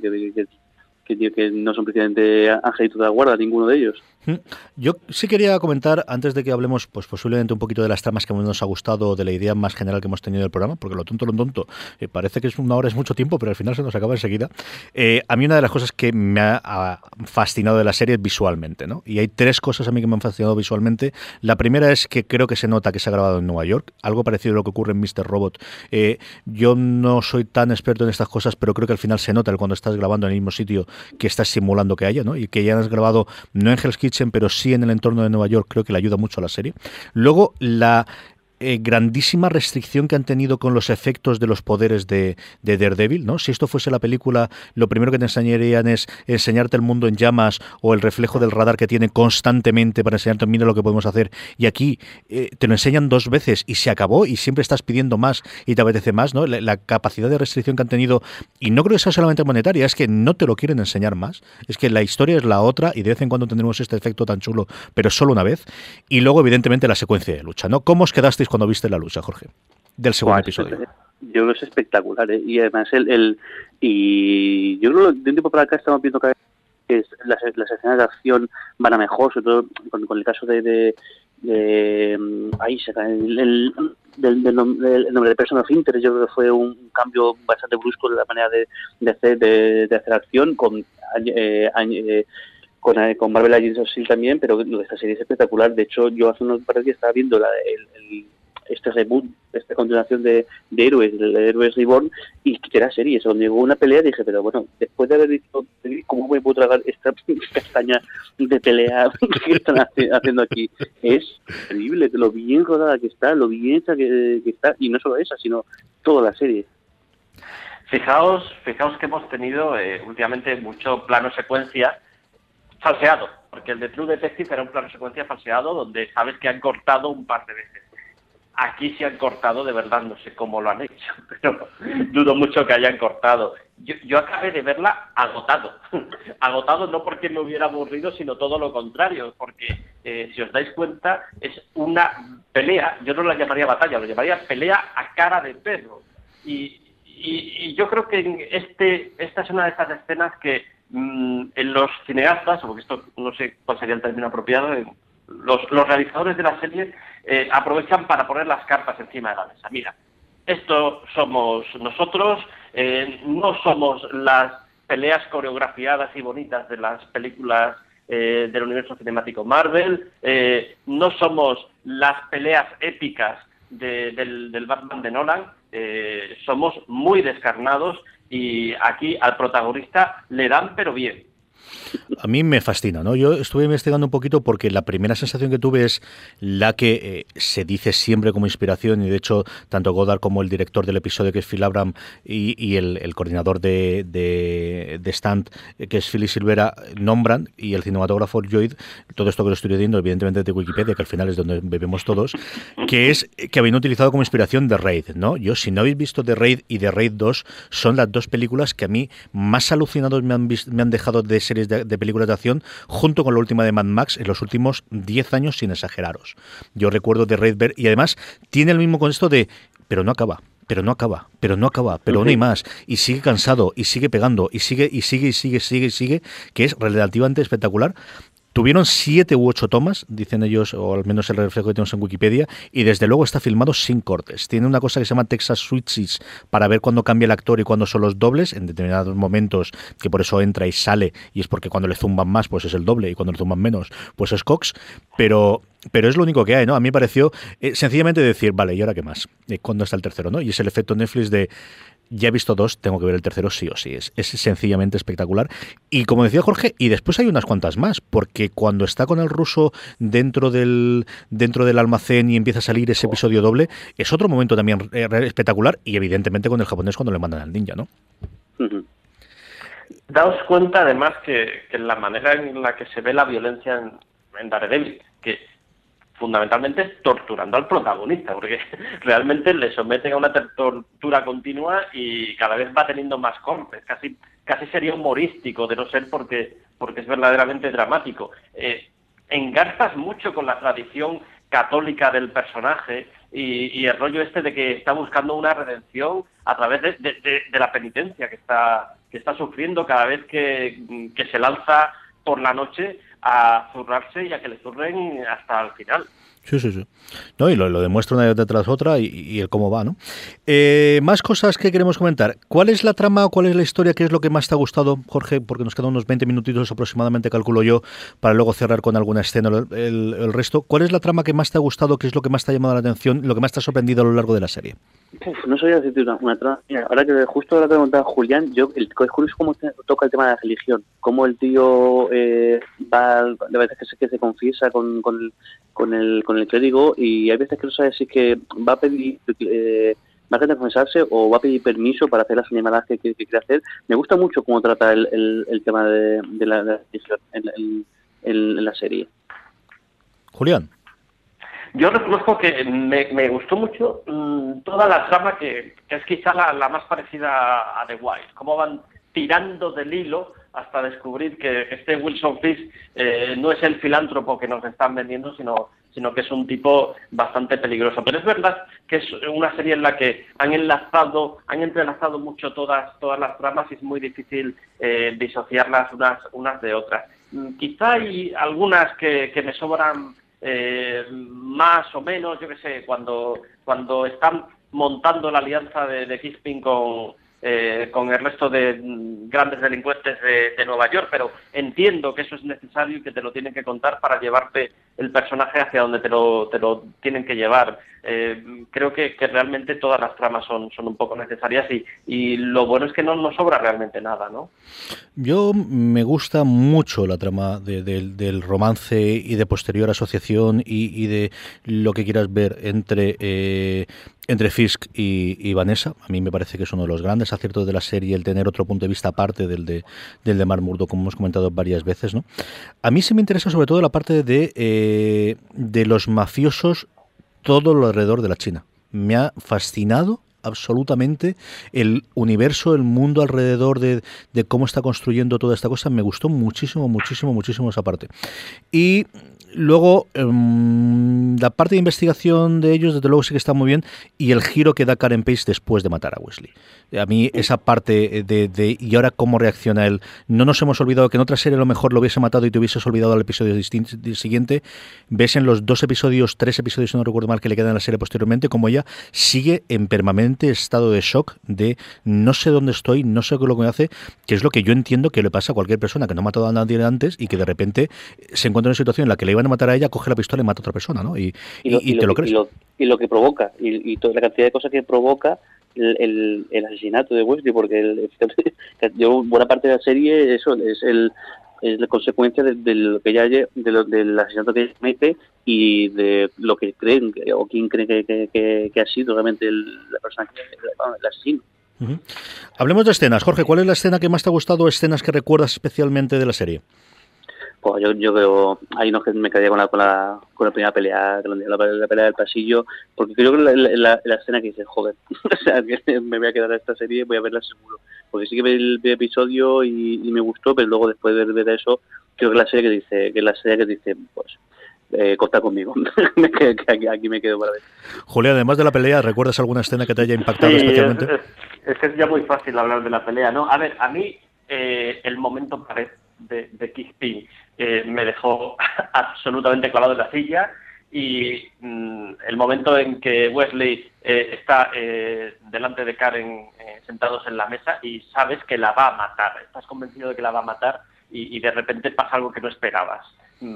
no son precisamente angelitos de la guarda, ninguno de ellos. Yo sí quería comentar, antes de que hablemos pues posiblemente un poquito de las tramas que nos ha gustado, de la idea más general que hemos tenido del programa, porque lo tonto, parece que es una hora, es mucho tiempo, pero al final se nos acaba enseguida. A mí una de las cosas que me ha fascinado de la serie es visualmente, ¿no? Y hay tres cosas a mí que me han fascinado visualmente. La primera es que creo que se nota que se ha grabado en Nueva York, algo parecido a lo que ocurre en Mr. Robot. Yo no soy tan experto en estas cosas, pero creo que al final se nota cuando estás grabando en el mismo sitio que estás simulando que haya, ¿no? Y que ya has grabado no en Hell's Kitchen, pero sí en el entorno de Nueva York, creo que le ayuda mucho a la serie. Luego, la grandísima restricción que han tenido con los efectos de los poderes de Daredevil, ¿no? Si esto fuese la película, lo primero que te enseñarían es enseñarte el mundo en llamas o el reflejo del radar que tiene constantemente para enseñarte, mira lo que podemos hacer, y aquí te lo enseñan 2 veces y se acabó y siempre estás pidiendo más y te apetece más, ¿no? La capacidad de restricción que han tenido, y no creo que sea solamente monetaria, es que no te lo quieren enseñar más, es que la historia es la otra y de vez en cuando tendremos este efecto tan chulo, pero solo una vez. Y luego evidentemente la secuencia de lucha, ¿no? ¿Cómo os quedasteis cuando viste la lucha, Jorge, del segundo episodio? Yo creo que es espectacular, ¿eh? Y además y yo creo que de un tiempo para acá estamos viendo que las escenas de acción van a mejor, sobre todo con el caso ahí se cae el nombre de Person of Interest. Yo creo que fue un cambio bastante brusco de la manera de hacer acción con Marvel Agents of S.H.I.E.L.D. también, pero lo de esta serie es espectacular. De hecho, yo hace unos par de días estaba viendo este reboot, esta continuación de Héroes, el Héroes Reborn, y quité la serie. Cuando llegó una pelea dije, pero bueno, después de haber visto, ¿cómo me puedo tragar esta castaña de pelea que están haciendo aquí? Es increíble lo bien rodada que está, lo bien hecha que está, y no solo esa, sino toda la serie. Fijaos que hemos tenido últimamente mucho plano secuencia falseado, porque el de True Detective era un plano secuencia falseado donde sabes que han cortado un par de veces. Aquí sí han cortado, de verdad, no sé cómo lo han hecho, pero dudo mucho que hayan cortado. Yo acabé de verla agotado no porque me hubiera aburrido, sino todo lo contrario, porque si os dais cuenta es una pelea, yo no la llamaría batalla, lo llamaría pelea a cara de perro. Y yo creo que esta es una de estas escenas que en los cineastas, porque esto no sé cuál sería el término apropiado, los realizadores de la serie aprovechan para poner las cartas encima de la mesa. Mira, esto somos nosotros, no somos las peleas coreografiadas y bonitas de las películas del universo cinemático Marvel, no somos las peleas épicas del Batman de Nolan, somos muy descarnados y aquí al protagonista le dan pero bien. A mí me fascina, ¿no? Yo estuve investigando un poquito porque la primera sensación que tuve es la que se dice siempre como inspiración, y de hecho tanto Goddard como el director del episodio, que es Phil Abram, y el coordinador de Stand, que es Philly Silvera, nombran, y el cinematógrafo Lloyd, todo esto que lo estoy leyendo evidentemente de Wikipedia, que al final es donde bebemos todos, que es que habían utilizado como inspiración The Raid, ¿no? Yo, si no habéis visto The Raid y The Raid 2, son las dos películas que a mí más alucinados me han dejado de series de películas de acción, junto con la última de Mad Max en los últimos 10 años, sin exageraros. Yo recuerdo The Raid, y además tiene el mismo contexto de pero no acaba, pero no acaba, pero no acaba, pero no hay más, y sigue cansado, y sigue pegando, y sigue, que es relativamente espectacular. Tuvieron 7 u 8 tomas, dicen ellos, o al menos el reflejo que tenemos en Wikipedia, y desde luego está filmado sin cortes. Tiene una cosa que se llama Texas Switches para ver cuándo cambia el actor y cuándo son los dobles, en determinados momentos, que por eso entra y sale, y es porque cuando le zumban más, pues es el doble, y cuando le zumban menos, pues es Cox, pero es lo único que hay, ¿no? A mí me pareció sencillamente decir, vale, ¿y ahora qué más? ¿Cuándo está el tercero, no? Y es el efecto Netflix de ya he visto 2, tengo que ver el tercero sí o sí. Es sencillamente espectacular. Y como decía Jorge, y después hay unas cuantas más, porque cuando está con el ruso dentro del almacén y empieza a salir ese episodio doble, es otro momento también espectacular, y evidentemente con el japonés cuando le mandan al ninja, ¿no? Daos cuenta además que la manera en la que se ve la violencia en Daredevil, que fundamentalmente torturando al protagonista, porque realmente le someten a una tortura continua y cada vez va teniendo más cortes, casi sería humorístico, de no ser porque es verdaderamente dramático. Engarzas mucho con la tradición católica del personaje y el rollo este de que está buscando una redención a través de la penitencia que está sufriendo cada vez que se lanza por la noche a zurrarse y a que le zurren hasta el final. Sí. No, y lo demuestra una detrás de otra y el cómo va, ¿no? Más cosas que queremos comentar. ¿Cuál es la trama o cuál es la historia? ¿Qué es lo que más te ha gustado, Jorge? Porque nos quedan unos 20 minutitos aproximadamente, calculo yo, para luego cerrar con alguna escena el resto. ¿Cuál es la trama que más te ha gustado? ¿Qué es lo que más te ha llamado la atención? ¿Lo que más te ha sorprendido a lo largo de la serie? No sabía decirte una trama. Mira, justo ahora te preguntaba Julián, es curioso cómo toca el tema de la religión. Cómo el tío la verdad es que se confiesa con el clérigo, y hay veces que no sabes si es que va a pedir va a querer confesarse o va a pedir permiso para hacer las animadas que quiere hacer. Me gusta mucho cómo trata el tema de la religión en la serie. Julián. Yo reconozco que me gustó mucho toda la trama que es quizá la más parecida a The Wire. Cómo van tirando del hilo hasta descubrir que este Wilson Fisk no es el filántropo que nos están vendiendo, sino que es un tipo bastante peligroso. Pero es verdad que es una serie en la que han entrelazado mucho todas las tramas y es muy difícil disociarlas unas de otras. Quizá hay algunas que me sobran más o menos, yo qué sé, cuando están montando la alianza de Kingpin con el resto de grandes delincuentes de Nueva York, pero entiendo que eso es necesario y que te lo tienen que contar para llevarte el personaje hacia donde te lo tienen que llevar. Creo que realmente todas las tramas son un poco necesarias y lo bueno es que no nos sobra realmente nada, ¿no? Yo me gusta mucho la trama del romance y de posterior asociación y de lo que quieras ver entre Fisk y Vanessa. A mí me parece que es uno de los grandes aciertos de la serie el tener otro punto de vista aparte del de Matt Murdock, como hemos comentado varias veces, ¿no? A mí sí me interesa sobre todo la parte de los mafiosos, todo lo alrededor de la China. Me ha fascinado absolutamente el universo, el mundo alrededor de cómo está construyendo toda esta cosa. Me gustó muchísimo esa parte. Y luego la parte de investigación de ellos, desde luego sí que está muy bien, y el giro que da Karen Page después de matar a Wesley. A mí esa parte de y ahora cómo reacciona él. No nos hemos olvidado que en otra serie a lo mejor lo hubiese matado y te hubieses olvidado al episodio siguiente. Ves en los 3 episodios, si no recuerdo mal, que le quedan en la serie posteriormente, como ella sigue en permanente estado de shock de no sé dónde estoy, no sé qué es lo que me hace, que es lo que yo entiendo que le pasa a cualquier persona que no ha matado a nadie antes y que de repente se encuentra en una situación en la que le iban a matar a ella, coge la pistola y mata a otra persona, ¿no? Y te lo crees. Y lo que provoca, y toda la cantidad de cosas que provoca el asesinato de Wesley, porque buena parte de la serie eso es la consecuencia de lo que ella del asesinato que ella comete y de lo que creen o quién cree que ha sido realmente la persona el asesino. Uh-huh. Hablemos de escenas. Jorge, ¿cuál es la escena que más te ha gustado? ¿Escenas que recuerdas especialmente de la serie? Pues yo creo, ahí no me quedé con la primera pelea, la pelea del pasillo, porque creo que la escena que dice, joder, o sea, que me voy a quedar en esta serie, voy a verla seguro, porque sí que vi el episodio y me gustó, pero luego después de ver eso, creo que la serie que dice, pues, corta conmigo, aquí me quedo para ver. Julián, además de la pelea, ¿recuerdas alguna escena que te haya impactado especialmente? Es que es ya muy fácil hablar de la pelea, ¿no? A ver, a mí el momento pared de Kingpin me dejó absolutamente clavado en la silla, y el momento en que Wesley está delante de Karen sentados en la mesa y sabes que la va a matar, estás convencido de que la va a matar y de repente pasa algo que no esperabas.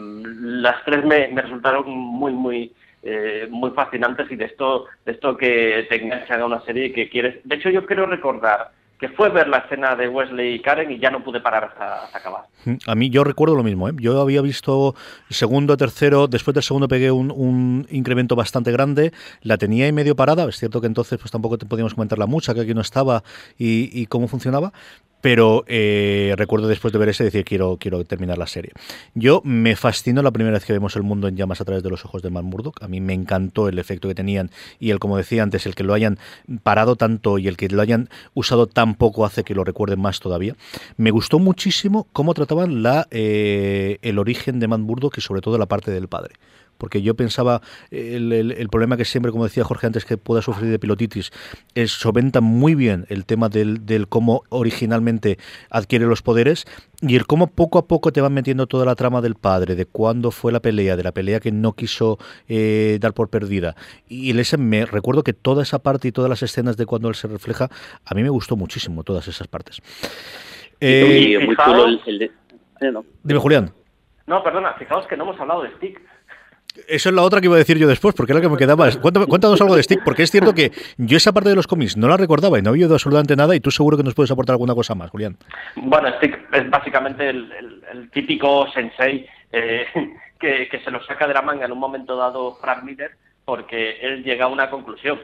Las tres me resultaron muy fascinantes, y de esto que te enganchan a una serie y que quieres. De hecho, yo quiero recordar que fue ver la escena de Wesley y Karen y ya no pude parar hasta acabar. A mí yo recuerdo lo mismo, ¿eh? Yo había visto segundo, tercero, después del segundo pegué un incremento bastante grande, la tenía ahí medio parada, es cierto que entonces pues tampoco te podíamos comentarla mucha, que aquí no estaba y cómo funcionaba, pero recuerdo después de ver ese decir quiero terminar la serie. Yo me fascinó la primera vez que vemos el mundo en llamas a través de los ojos de Matt Murdock. A mí me encantó el efecto que tenían y el, como decía antes, el que lo hayan parado tanto y el que lo hayan usado tan poco hace que lo recuerden más todavía. Me gustó muchísimo cómo trataban el origen de Matt Murdock y sobre todo la parte del padre. Porque yo pensaba, el problema que siempre, como decía Jorge antes, que pueda sufrir de pilotitis, es solventa muy bien el tema del cómo originalmente adquiere los poderes y el cómo poco a poco te van metiendo toda la trama del padre, de cuándo fue la pelea que no quiso dar por perdida. Y me recuerdo que toda esa parte y todas las escenas de cuando él se refleja, a mí me gustó muchísimo todas esas partes. Muy chulo el de... No. Dime, Julián. No, perdona, fijaos que no hemos hablado de Stick. Eso es la otra que iba a decir yo después, porque era la que me quedaba. Cuéntanos algo de Stick, porque es cierto que yo esa parte de los cómics no la recordaba y no había oído absolutamente nada, y tú seguro que nos puedes aportar alguna cosa más, Julián. Bueno, Stick es básicamente el típico sensei que se lo saca de la manga en un momento dado Frank Miller, porque él llega a una conclusión.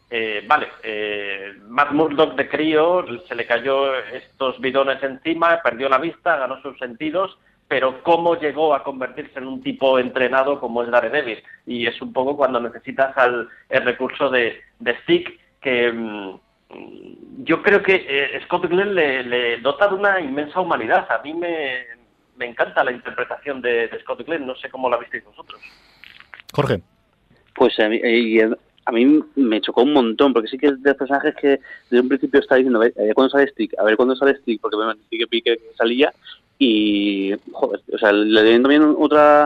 Matt Murdock de crío se le cayó estos bidones encima, perdió la vista, ganó sus sentidos, pero cómo llegó a convertirse en un tipo entrenado como es Daredevil. Y es un poco cuando necesitas el recurso de Stick, que yo creo que Scott Glenn le dota de una inmensa humanidad. A mí me encanta la interpretación de Scott Glenn, no sé cómo la visteis vosotros. Jorge. Pues a mí me chocó un montón, porque sí que es de los personajes que desde un principio está diciendo, a ver cuándo sale Stick, porque me que salía. Y, joder, o sea, le den también otra...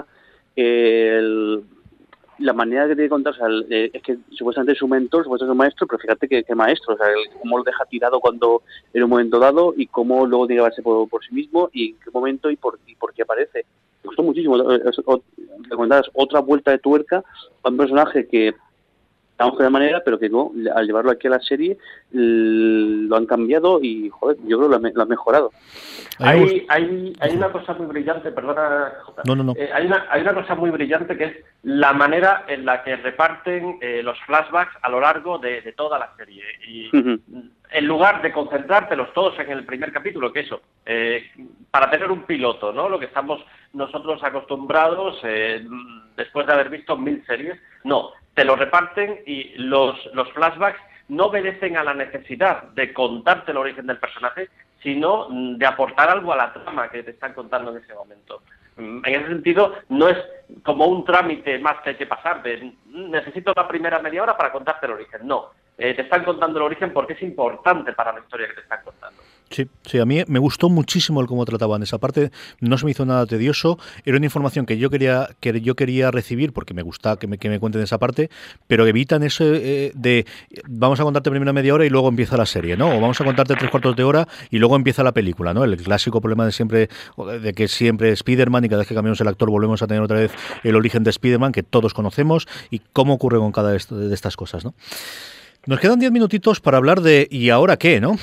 la manera que tiene de contar, o sea, es que supuestamente es su mentor, supuestamente es su maestro, pero fíjate que maestro, o sea, cómo lo deja tirado cuando en un momento dado y cómo luego tiene que verse por sí mismo y en qué momento y por qué aparece. Me gustó muchísimo. Recomendadas otra vuelta de tuerca a un personaje que de la manera, pero que no, al llevarlo aquí a la serie lo han cambiado y, joder, yo creo que lo han mejorado. Hay una cosa muy brillante, perdona, Jota. No. Hay una cosa muy brillante que es la manera en la que reparten los flashbacks a lo largo de toda la serie. Y en lugar de concentrártelos todos en el primer capítulo, que eso, para tener un piloto, ¿no? Lo que estamos nosotros acostumbrados después de haber visto 1000 series, no, te lo reparten y los flashbacks no obedecen a la necesidad de contarte el origen del personaje, sino de aportar algo a la trama que te están contando en ese momento. En ese sentido, no es como un trámite más que hay que pasar, necesito la primera media hora para contarte el origen. No, te están contando el origen porque es importante para la historia que te están contando. Sí, a mí me gustó muchísimo el cómo trataban esa parte, no se me hizo nada tedioso, era una información que yo quería recibir porque me gusta que me cuenten esa parte, pero evitan eso de vamos a contarte primero media hora y luego empieza la serie, ¿no? O vamos a contarte 3/4 de hora y luego empieza la película, ¿no? El clásico problema de que siempre Spider-Man y cada vez que cambiamos el actor volvemos a tener otra vez el origen de Spider-Man que todos conocemos y cómo ocurre con cada de estas cosas, ¿no? Nos quedan 10 minutitos para hablar de ¿y ahora qué?, ¿no?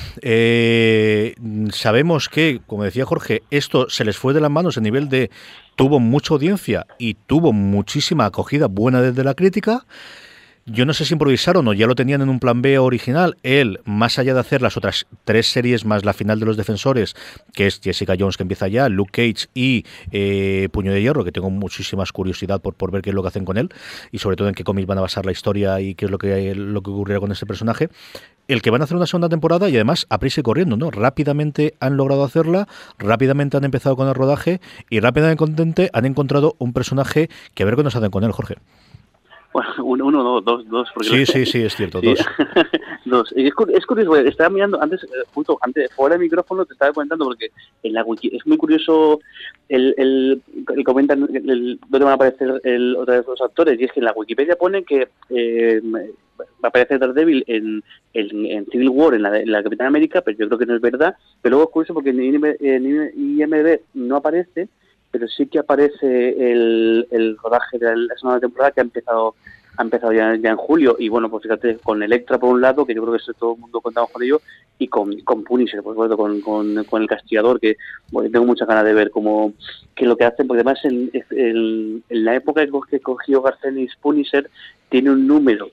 Sabemos que, como decía Jorge, esto se les fue de las manos a nivel de tuvo mucha audiencia y tuvo muchísima acogida buena desde la crítica. Yo no sé si improvisaron o ya lo tenían en un plan B original. Él, más allá de hacer las otras 3 series más la final de los Defensores, que es Jessica Jones que empieza ya, Luke Cage y Puño de Hierro, que tengo muchísimas curiosidad por ver qué es lo que hacen con él y sobre todo en qué cómics van a basar la historia y qué es lo que ocurrirá con ese personaje. El que van a hacer una segunda temporada y además a prisa y corriendo, ¿no? Rápidamente han logrado hacerla, rápidamente han empezado con el rodaje y rápidamente han encontrado un personaje que a ver qué nos hacen con él, Jorge. Bueno, dos. Porque sí, es cierto, sí. 2. Es curioso, estaba mirando antes, justo antes, fuera del micrófono te estaba comentando porque en la wiki es muy curioso el comentan dónde van a aparecer otra vez los actores, y es que en la Wikipedia pone que va a aparecer Daredevil en Civil War, en la Capitán América, pero yo creo que no es verdad. Pero luego es curioso porque en IMDb no aparece, pero sí que aparece el rodaje de la segunda temporada que ha empezado ya en julio. Y bueno, pues fíjate, con Elektra por un lado, que yo creo que todo el mundo contamos con ello, y con Punisher, por supuesto, con el Castigador, que bueno, tengo muchas ganas de ver qué es lo que hacen, porque además en la época que cogió Garcenis Punisher, tiene un número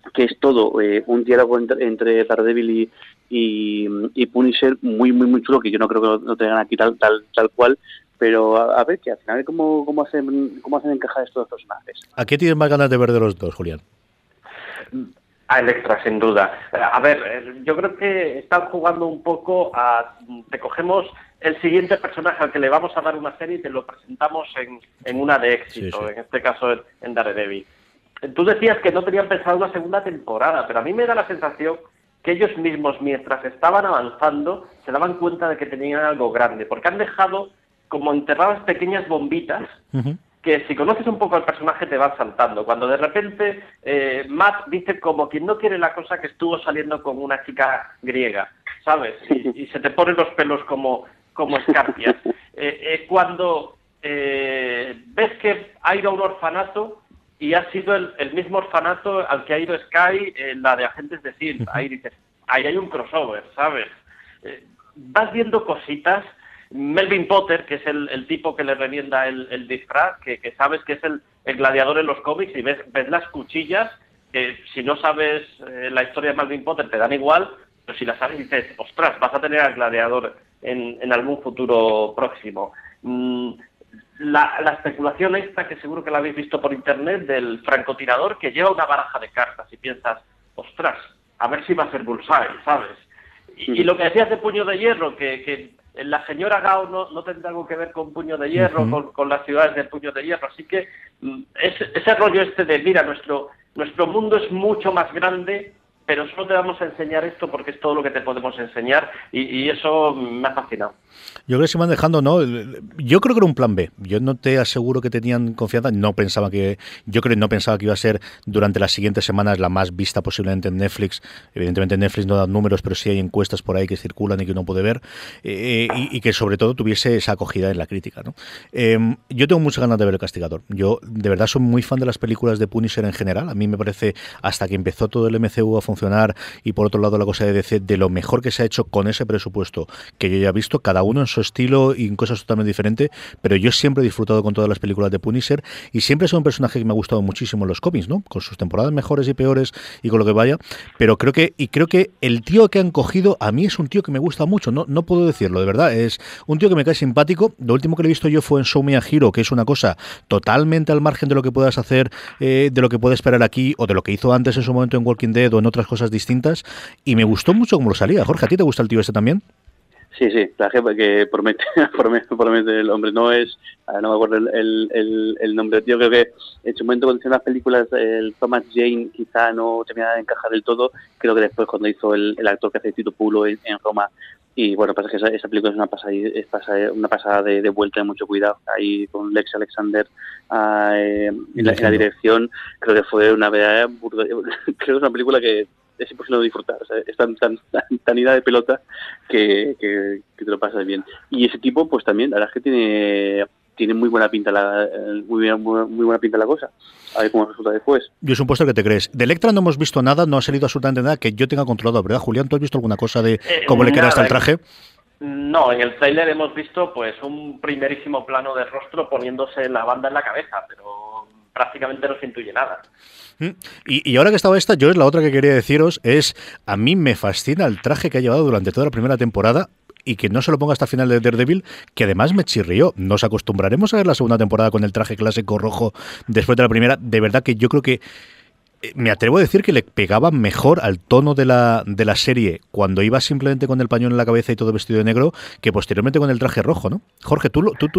que es todo un diálogo entre Daredevil y Punisher muy chulo, que yo no creo que lo tengan aquí tal cual, pero a ver que al final cómo hacen encajar estos dos personajes. ¿A qué tienes más ganas de ver de los dos, Julián? A Elektra, sin duda. A ver, yo creo que están jugando un poco te cogemos el siguiente personaje al que le vamos a dar una serie y te lo presentamos en una de éxito, sí. En este caso en Daredevil. Tú decías que no tenían pensado una segunda temporada, pero a mí me da la sensación que ellos mismos, mientras estaban avanzando, se daban cuenta de que tenían algo grande, porque han dejado como enterradas pequeñas bombitas que si conoces un poco al personaje te van saltando. Cuando de repente Matt dice como quien no quiere la cosa que estuvo saliendo con una chica griega, ¿sabes? Y se te ponen los pelos como escarpias. Cuando ves que ha ido a un orfanato y ha sido el mismo orfanato al que ha ido Sky en la de Agentes de S.H.I.E.L.D. Ahí dices, ahí hay un crossover, ¿sabes? Vas viendo cositas. Melvin Potter, que es el tipo que le revienda el disfraz, que sabes que es el gladiador en los cómics, y ves las cuchillas, que si no sabes la historia de Melvin Potter te dan igual, pero si la sabes dices, ostras, vas a tener al gladiador en algún futuro próximo. La especulación esta, que seguro que la habéis visto por internet, del francotirador que lleva una baraja de cartas y piensas, ostras, a ver si va a ser Bullseye, ¿sabes? Y lo que decías de Puño de Hierro, que la señora Gao no tendrá algo que ver con Puño de Hierro, con las ciudades de Puño de Hierro, así que ese rollo de, mira, nuestro mundo es mucho más grande, pero solo te vamos a enseñar esto porque es todo lo que te podemos enseñar, y eso me ha fascinado. Yo creo que se van dejando, ¿no? Yo creo que era un plan B. Yo no te aseguro que tenían confianza. No pensaba que iba a ser durante las siguientes semanas la más vista posiblemente en Netflix. Evidentemente Netflix no da números, pero sí hay encuestas por ahí que circulan y que uno puede ver, y que sobre todo tuviese esa acogida en la crítica, ¿no? Yo tengo muchas ganas de ver El Castigador. Yo de verdad soy muy fan de las películas de Punisher en general. A mí me parece, hasta que empezó todo el MCU a funcionar, y por otro lado la cosa de DC, de lo mejor que se ha hecho con ese presupuesto que yo ya he visto, cada uno en su estilo y en cosas totalmente diferentes, pero yo siempre he disfrutado con todas las películas de Punisher, y siempre es un personaje que me ha gustado muchísimo en los cómics, ¿no? Con sus temporadas mejores y peores y con lo que vaya, pero creo que el tío que han cogido a mí es un tío que me gusta mucho, no puedo decirlo, de verdad, es un tío que me cae simpático. Lo último que le he visto yo fue en Show Me a Hero, que es una cosa totalmente al margen de lo que puedas hacer, de lo que puede esperar aquí, o de lo que hizo antes en su momento en Walking Dead o en otras cosas distintas, y me gustó mucho cómo lo salía. Jorge, ¿a ti te gusta el tío este también? Sí, la jefa que promete el hombre, no me acuerdo el nombre. Yo creo que en su momento cuando hicieron las películas, el Thomas Jane quizá no terminaba de encajar del todo. Creo que después cuando hizo el actor que hace Tito Pulo en Roma, y bueno, pasa que esa película es una pasada de vuelta, de mucho cuidado, ahí con Lex Alexander en la dirección. Creo que fue una verdadera creo que es una película que es imposible no disfrutar, o sea, es tan ida de pelota que te lo pasas bien. Y ese tipo, pues también, la verdad es que tiene muy buena pinta muy buena pinta la cosa. A ver cómo resulta después. Yo es un puesto que te crees. De Elektra no hemos visto nada, no ha salido absolutamente nada que yo tenga controlado, ¿verdad, Julián? ¿Tú has visto alguna cosa de cómo le queda hasta el traje? No, en el tráiler hemos visto pues un primerísimo plano de rostro poniéndose la banda en la cabeza, pero prácticamente no se intuye nada. Y ahora que estaba esta, yo es la otra que quería deciros, a mí me fascina el traje que ha llevado durante toda la primera temporada, y que no se lo ponga hasta el final de Daredevil, que además me chirrió. Nos acostumbraremos a ver la segunda temporada con el traje clásico rojo después de la primera. De verdad que yo creo que me atrevo a decir que le pegaba mejor al tono de la serie cuando iba simplemente con el pañuelo en la cabeza y todo vestido de negro, que posteriormente con el traje rojo, ¿no? Jorge,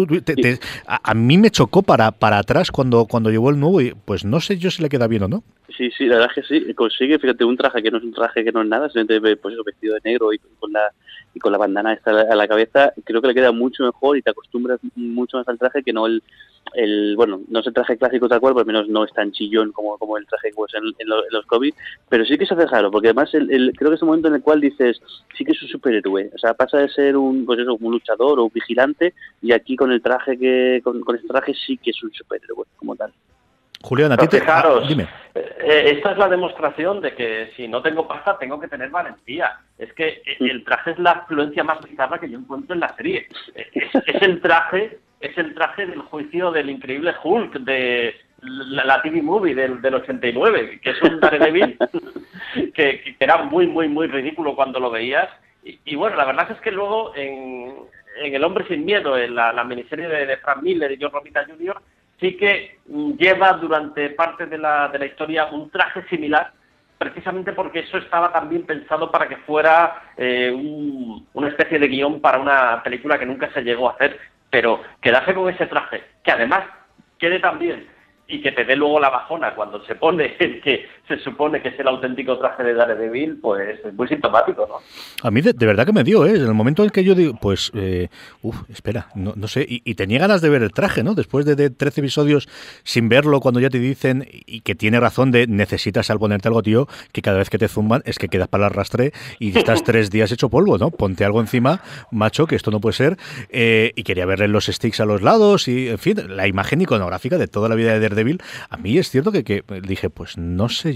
a mí me chocó para atrás cuando llevó el nuevo, y pues no sé yo si le queda bien o no. Sí, la verdad es que sí, consigue, fíjate, un traje que no es nada, simplemente pues eso, vestido de negro y con la bandana esta a la cabeza. Creo que le queda mucho mejor y te acostumbras mucho más al traje que no bueno, no es el traje clásico tal cual, por lo menos no es tan chillón como el traje pues en los cómics, pero sí que se hace raro, porque además creo que es un momento en el cual dices, sí que es un superhéroe, o sea, pasa de ser un luchador o un vigilante, y aquí con el traje con este traje sí que es un superhéroe como tal. Julián, a ti fijaros, dime. Esta es la demostración de que si no tengo pasta tengo que tener valentía. Es que el traje es la afluencia más bizarra que yo encuentro en la serie. Es el traje del juicio del increíble Hulk de la TV Movie del 89, que es un Daredevil que era muy, muy, muy ridículo cuando lo veías. Y bueno, la verdad es que luego en El Hombre Sin Miedo, en la miniserie de Frank Miller y John Romita Jr., sí que lleva durante parte de la historia un traje similar, precisamente porque eso estaba también pensado para que fuera una especie de guión para una película que nunca se llegó a hacer, pero quedarse con ese traje, que además quede tan bien y que te dé luego la bajona cuando se pone el que se supone que es el auténtico traje de Daredevil, pues es muy sintomático, ¿no? A mí de verdad que me dio, en el momento en que yo digo, pues, espera, no sé, y tenía ganas de ver el traje, ¿no? Después de 13 episodios sin verlo, cuando ya te dicen, y que tiene razón de necesitas al ponerte algo, tío, que cada vez que te zumban es que quedas para el arrastre y estás 3 días hecho polvo, ¿no? Ponte algo encima, macho, que esto no puede ser, y quería verle los sticks a los lados, y en fin, la imagen iconográfica de toda la vida de Daredevil. A mí es cierto que dije, pues no sé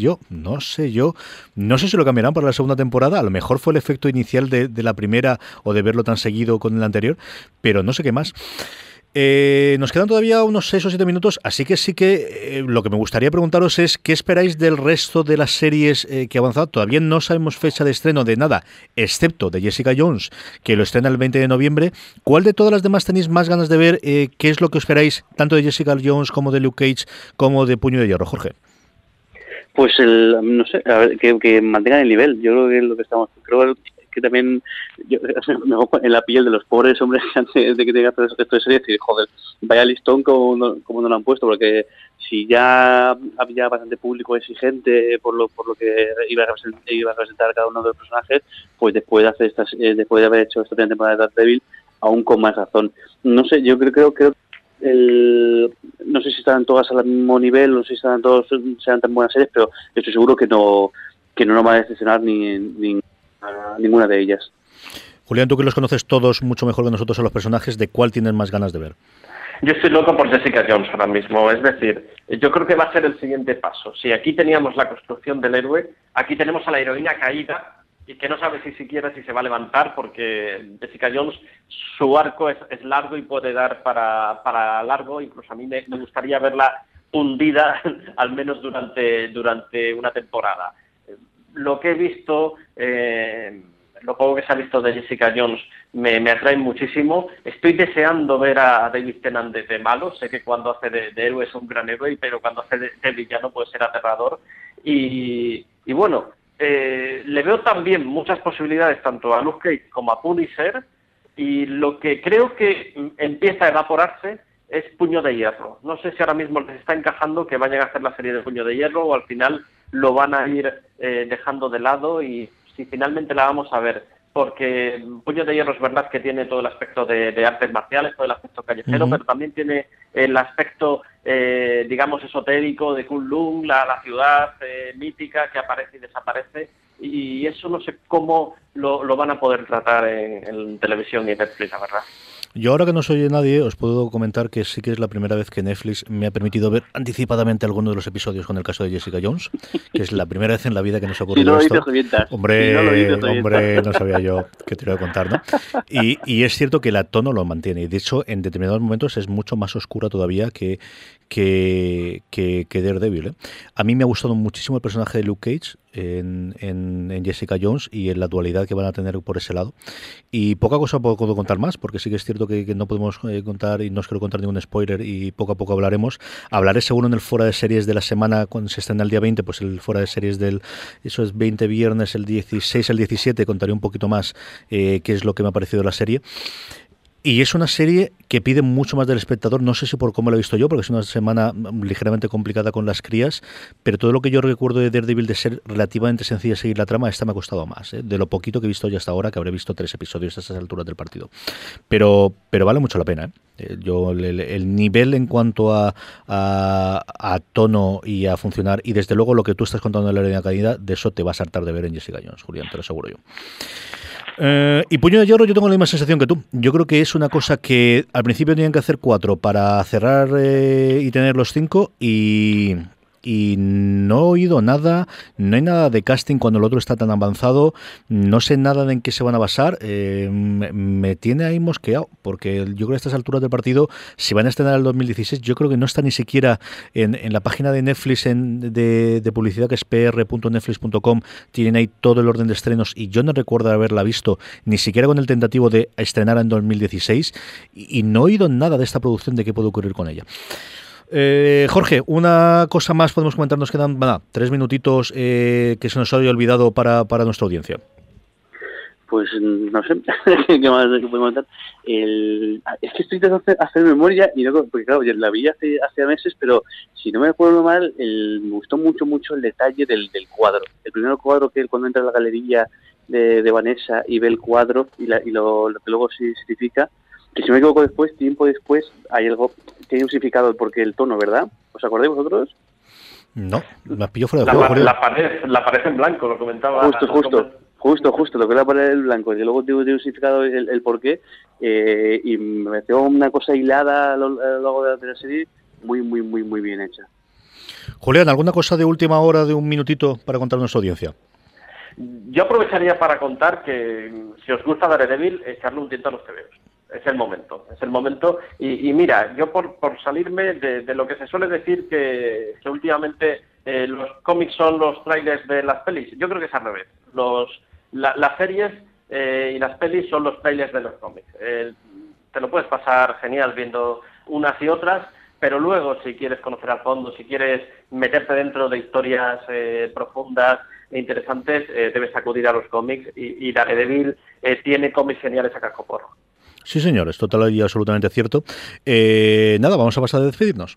si lo cambiarán para la segunda temporada. A lo mejor fue el efecto inicial de la primera o de verlo tan seguido con el anterior, pero no sé qué más. Nos quedan todavía unos 6 o 7 minutos, así que sí que lo que me gustaría preguntaros es ¿qué esperáis del resto de las series que ha avanzado? Todavía no sabemos fecha de estreno de nada, excepto de Jessica Jones, que lo estrena el 20 de noviembre. ¿Cuál de todas las demás tenéis más ganas de ver? ¿Qué es lo que esperáis tanto de Jessica Jones como de Luke Cage como de Puño de Hierro, Jorge? Pues no sé, a ver, que mantengan el nivel. Yo creo que es lo que estamos... Creo que también yo me pongo en la piel de los pobres hombres antes de que tengan esto de serie, decir, joder, vaya listón como no lo han puesto, porque si ya había bastante público exigente por lo que iba a representar cada uno de los personajes, pues después de haber hecho esta primera temporada de Daredevil, aún con más razón. No sé, yo creo no sé si están todas al mismo nivel, no sé si serán tan buenas series, pero estoy seguro que no nos va a decepcionar ninguna de ellas. Julián, tú que los conoces todos mucho mejor que nosotros a los personajes, ¿de cuál tienes más ganas de ver? Yo estoy loco por Jessica Jones ahora mismo, es decir, yo creo que va a ser el siguiente paso. Si aquí teníamos la construcción del héroe, aquí tenemos a la heroína caída y que no sabe si siquiera si se va a levantar, porque Jessica Jones, su arco es largo y puede dar para largo. Incluso a mí me gustaría verla hundida al menos durante una temporada. Lo que he visto, lo poco que se ha visto de Jessica Jones me atrae muchísimo. Estoy deseando ver a David Tennant de malo. Sé que cuando hace de héroe es un gran héroe, pero cuando hace de villano puede ser aterrador. Y bueno, le veo también muchas posibilidades tanto a Luke Cage como a Punisher, y lo que creo que empieza a evaporarse es Puño de Hierro. No sé si ahora mismo les está encajando que vayan a hacer la serie de Puño de Hierro o al final lo van a ir dejando de lado, y si finalmente la vamos a ver, porque Puño de Hierro es verdad que tiene todo el aspecto de artes marciales, todo el aspecto callejero, pero también tiene el aspecto, digamos, esotérico de Kunlun, la ciudad mítica que aparece y desaparece, y eso no sé cómo lo van a poder tratar en televisión y en Netflix, la verdad. Yo ahora que no soy de nadie, os puedo comentar que sí que es la primera vez que Netflix me ha permitido ver anticipadamente algunos de los episodios con el caso de Jessica Jones, que es la primera vez en la vida que nos ha ocurrido esto. Hombre, no sabía yo que te lo iba a contar, ¿no? Y es cierto que el tono lo mantiene, y de hecho en determinados momentos es mucho más oscura todavía que Daredevil, ¿eh? A mí me ha gustado muchísimo el personaje de Luke Cage en Jessica Jones y en la dualidad que van a tener por ese lado, y poca cosa puedo contar más, porque sí que es cierto que no podemos contar, y no os quiero contar ningún spoiler, y poco a poco hablaré seguro en el fuera de series de la semana cuando se estrena el día 20, pues el fuera de series eso es 20 viernes, el 16 al 17 contaré un poquito más qué es lo que me ha parecido la serie. Y es una serie que pide mucho más del espectador, no sé si por cómo lo he visto yo, porque es una semana ligeramente complicada con las crías, pero todo lo que yo recuerdo de Daredevil de ser relativamente sencilla seguir la trama, esta me ha costado más, de lo poquito que he visto ya hasta ahora, que habré visto 3 episodios a estas alturas del partido. Pero vale mucho la pena, ¿eh? Yo el nivel en cuanto a tono y a funcionar, y desde luego lo que tú estás contando de la heroína caída, de eso te vas a hartar de ver en Jessica Jones, Julián, te lo aseguro yo. Y Puño de Hierro, yo tengo la misma sensación que tú. Yo creo que es una cosa que al principio tenían que hacer 4 para cerrar y tener los 5, y y no he oído nada, no hay nada de casting cuando el otro está tan avanzado, no sé nada de en qué se van a basar, me tiene ahí mosqueado, porque yo creo que a estas alturas del partido, si van a estrenar el 2016, yo creo que no está ni siquiera en la página de Netflix de publicidad, que es pr.netflix.com, tienen ahí todo el orden de estrenos, y yo no recuerdo haberla visto, ni siquiera con el tentativo de estrenar en 2016, y no he oído nada de esta producción de qué puede ocurrir con ella. Jorge, una cosa más podemos comentar, nos quedan 3 minutitos que se nos había olvidado para nuestra audiencia. Pues no sé qué más podemos comentar. Es que estoy tratando de hacer memoria, y no, porque claro, la vi hace meses, pero si no me acuerdo mal, me gustó mucho el detalle del cuadro. El primer cuadro, que cuando entra a la galería de Vanessa y ve el cuadro y lo que luego se significa, que si no me equivoco tiempo después, hay algo, tiene un significado porque el tono, ¿verdad? ¿Os acordáis vosotros? No, me pilló fuera de juego. La pared en blanco, lo comentaba. Justo, lo que es la pared en blanco, y luego tiene un significado el porqué, y me pareció una cosa hilada a lo largo de la serie, muy bien hecha. Julián, ¿alguna cosa de última hora, de un minutito, para contar a nuestra audiencia? Yo aprovecharía para contar que si os gusta Daredevil, echarle un tiento a los TVOs. Es el momento. Y mira, yo por salirme de lo que se suele decir que últimamente los cómics son los trailers de las pelis, yo creo que es al revés. Las series y las pelis son los trailers de los cómics. Te lo puedes pasar genial viendo unas y otras, pero luego si quieres conocer a fondo, si quieres meterte dentro de historias profundas e interesantes, debes acudir a los cómics, y Daredevil tiene cómics geniales a cascoporro. Sí, señor, es total y absolutamente cierto. Nada, vamos a pasar a despedirnos.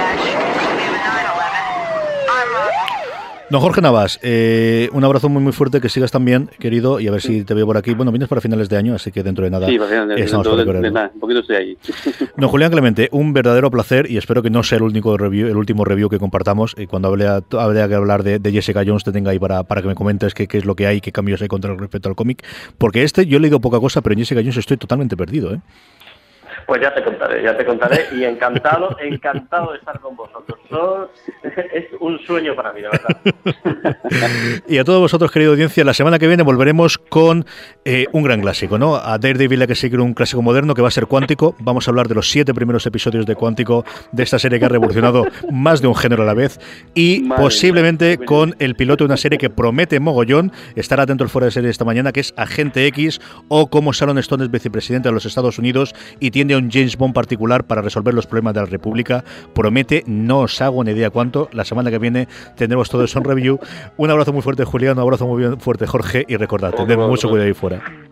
Don Jorge Navas, un abrazo muy fuerte, que sigas tan bien, querido, y a ver si te veo por aquí. Bueno, vienes para finales de año, así que dentro de nada. Sí, para finales estamos por de nada, un poquito estoy ahí. Don Julián Clemente, un verdadero placer, y espero que no sea el último review que compartamos, y cuando hable que hablar de Jessica Jones te tenga ahí para que me comentes qué es lo que hay, qué cambios hay con respecto al cómic, porque yo he leído poca cosa, pero en Jessica Jones estoy totalmente perdido, ¿eh? Pues ya te contaré, y encantado de estar con vosotros. Es un sueño para mí, la verdad. Y a todos vosotros, querida audiencia, la semana que viene volveremos con un gran clásico, ¿no? A Daredevil hay que seguir un clásico moderno que va a ser Cuántico. Vamos a hablar de los 7 primeros episodios de Cuántico, de esta serie que ha revolucionado más de un género a la vez, y posiblemente con el piloto de una serie que promete mogollón. Estar atento al fuera de serie esta mañana, que es Agente X, o cómo Sharon Stone es vicepresidenta de los Estados Unidos y tiene un James Bond particular para resolver los problemas de la República. Promete, no os hago una idea cuánto. La semana que viene tendremos todo eso en review. Un abrazo muy fuerte, Julián, un abrazo muy fuerte, Jorge, y recordad, tened mucho cuidado ahí fuera.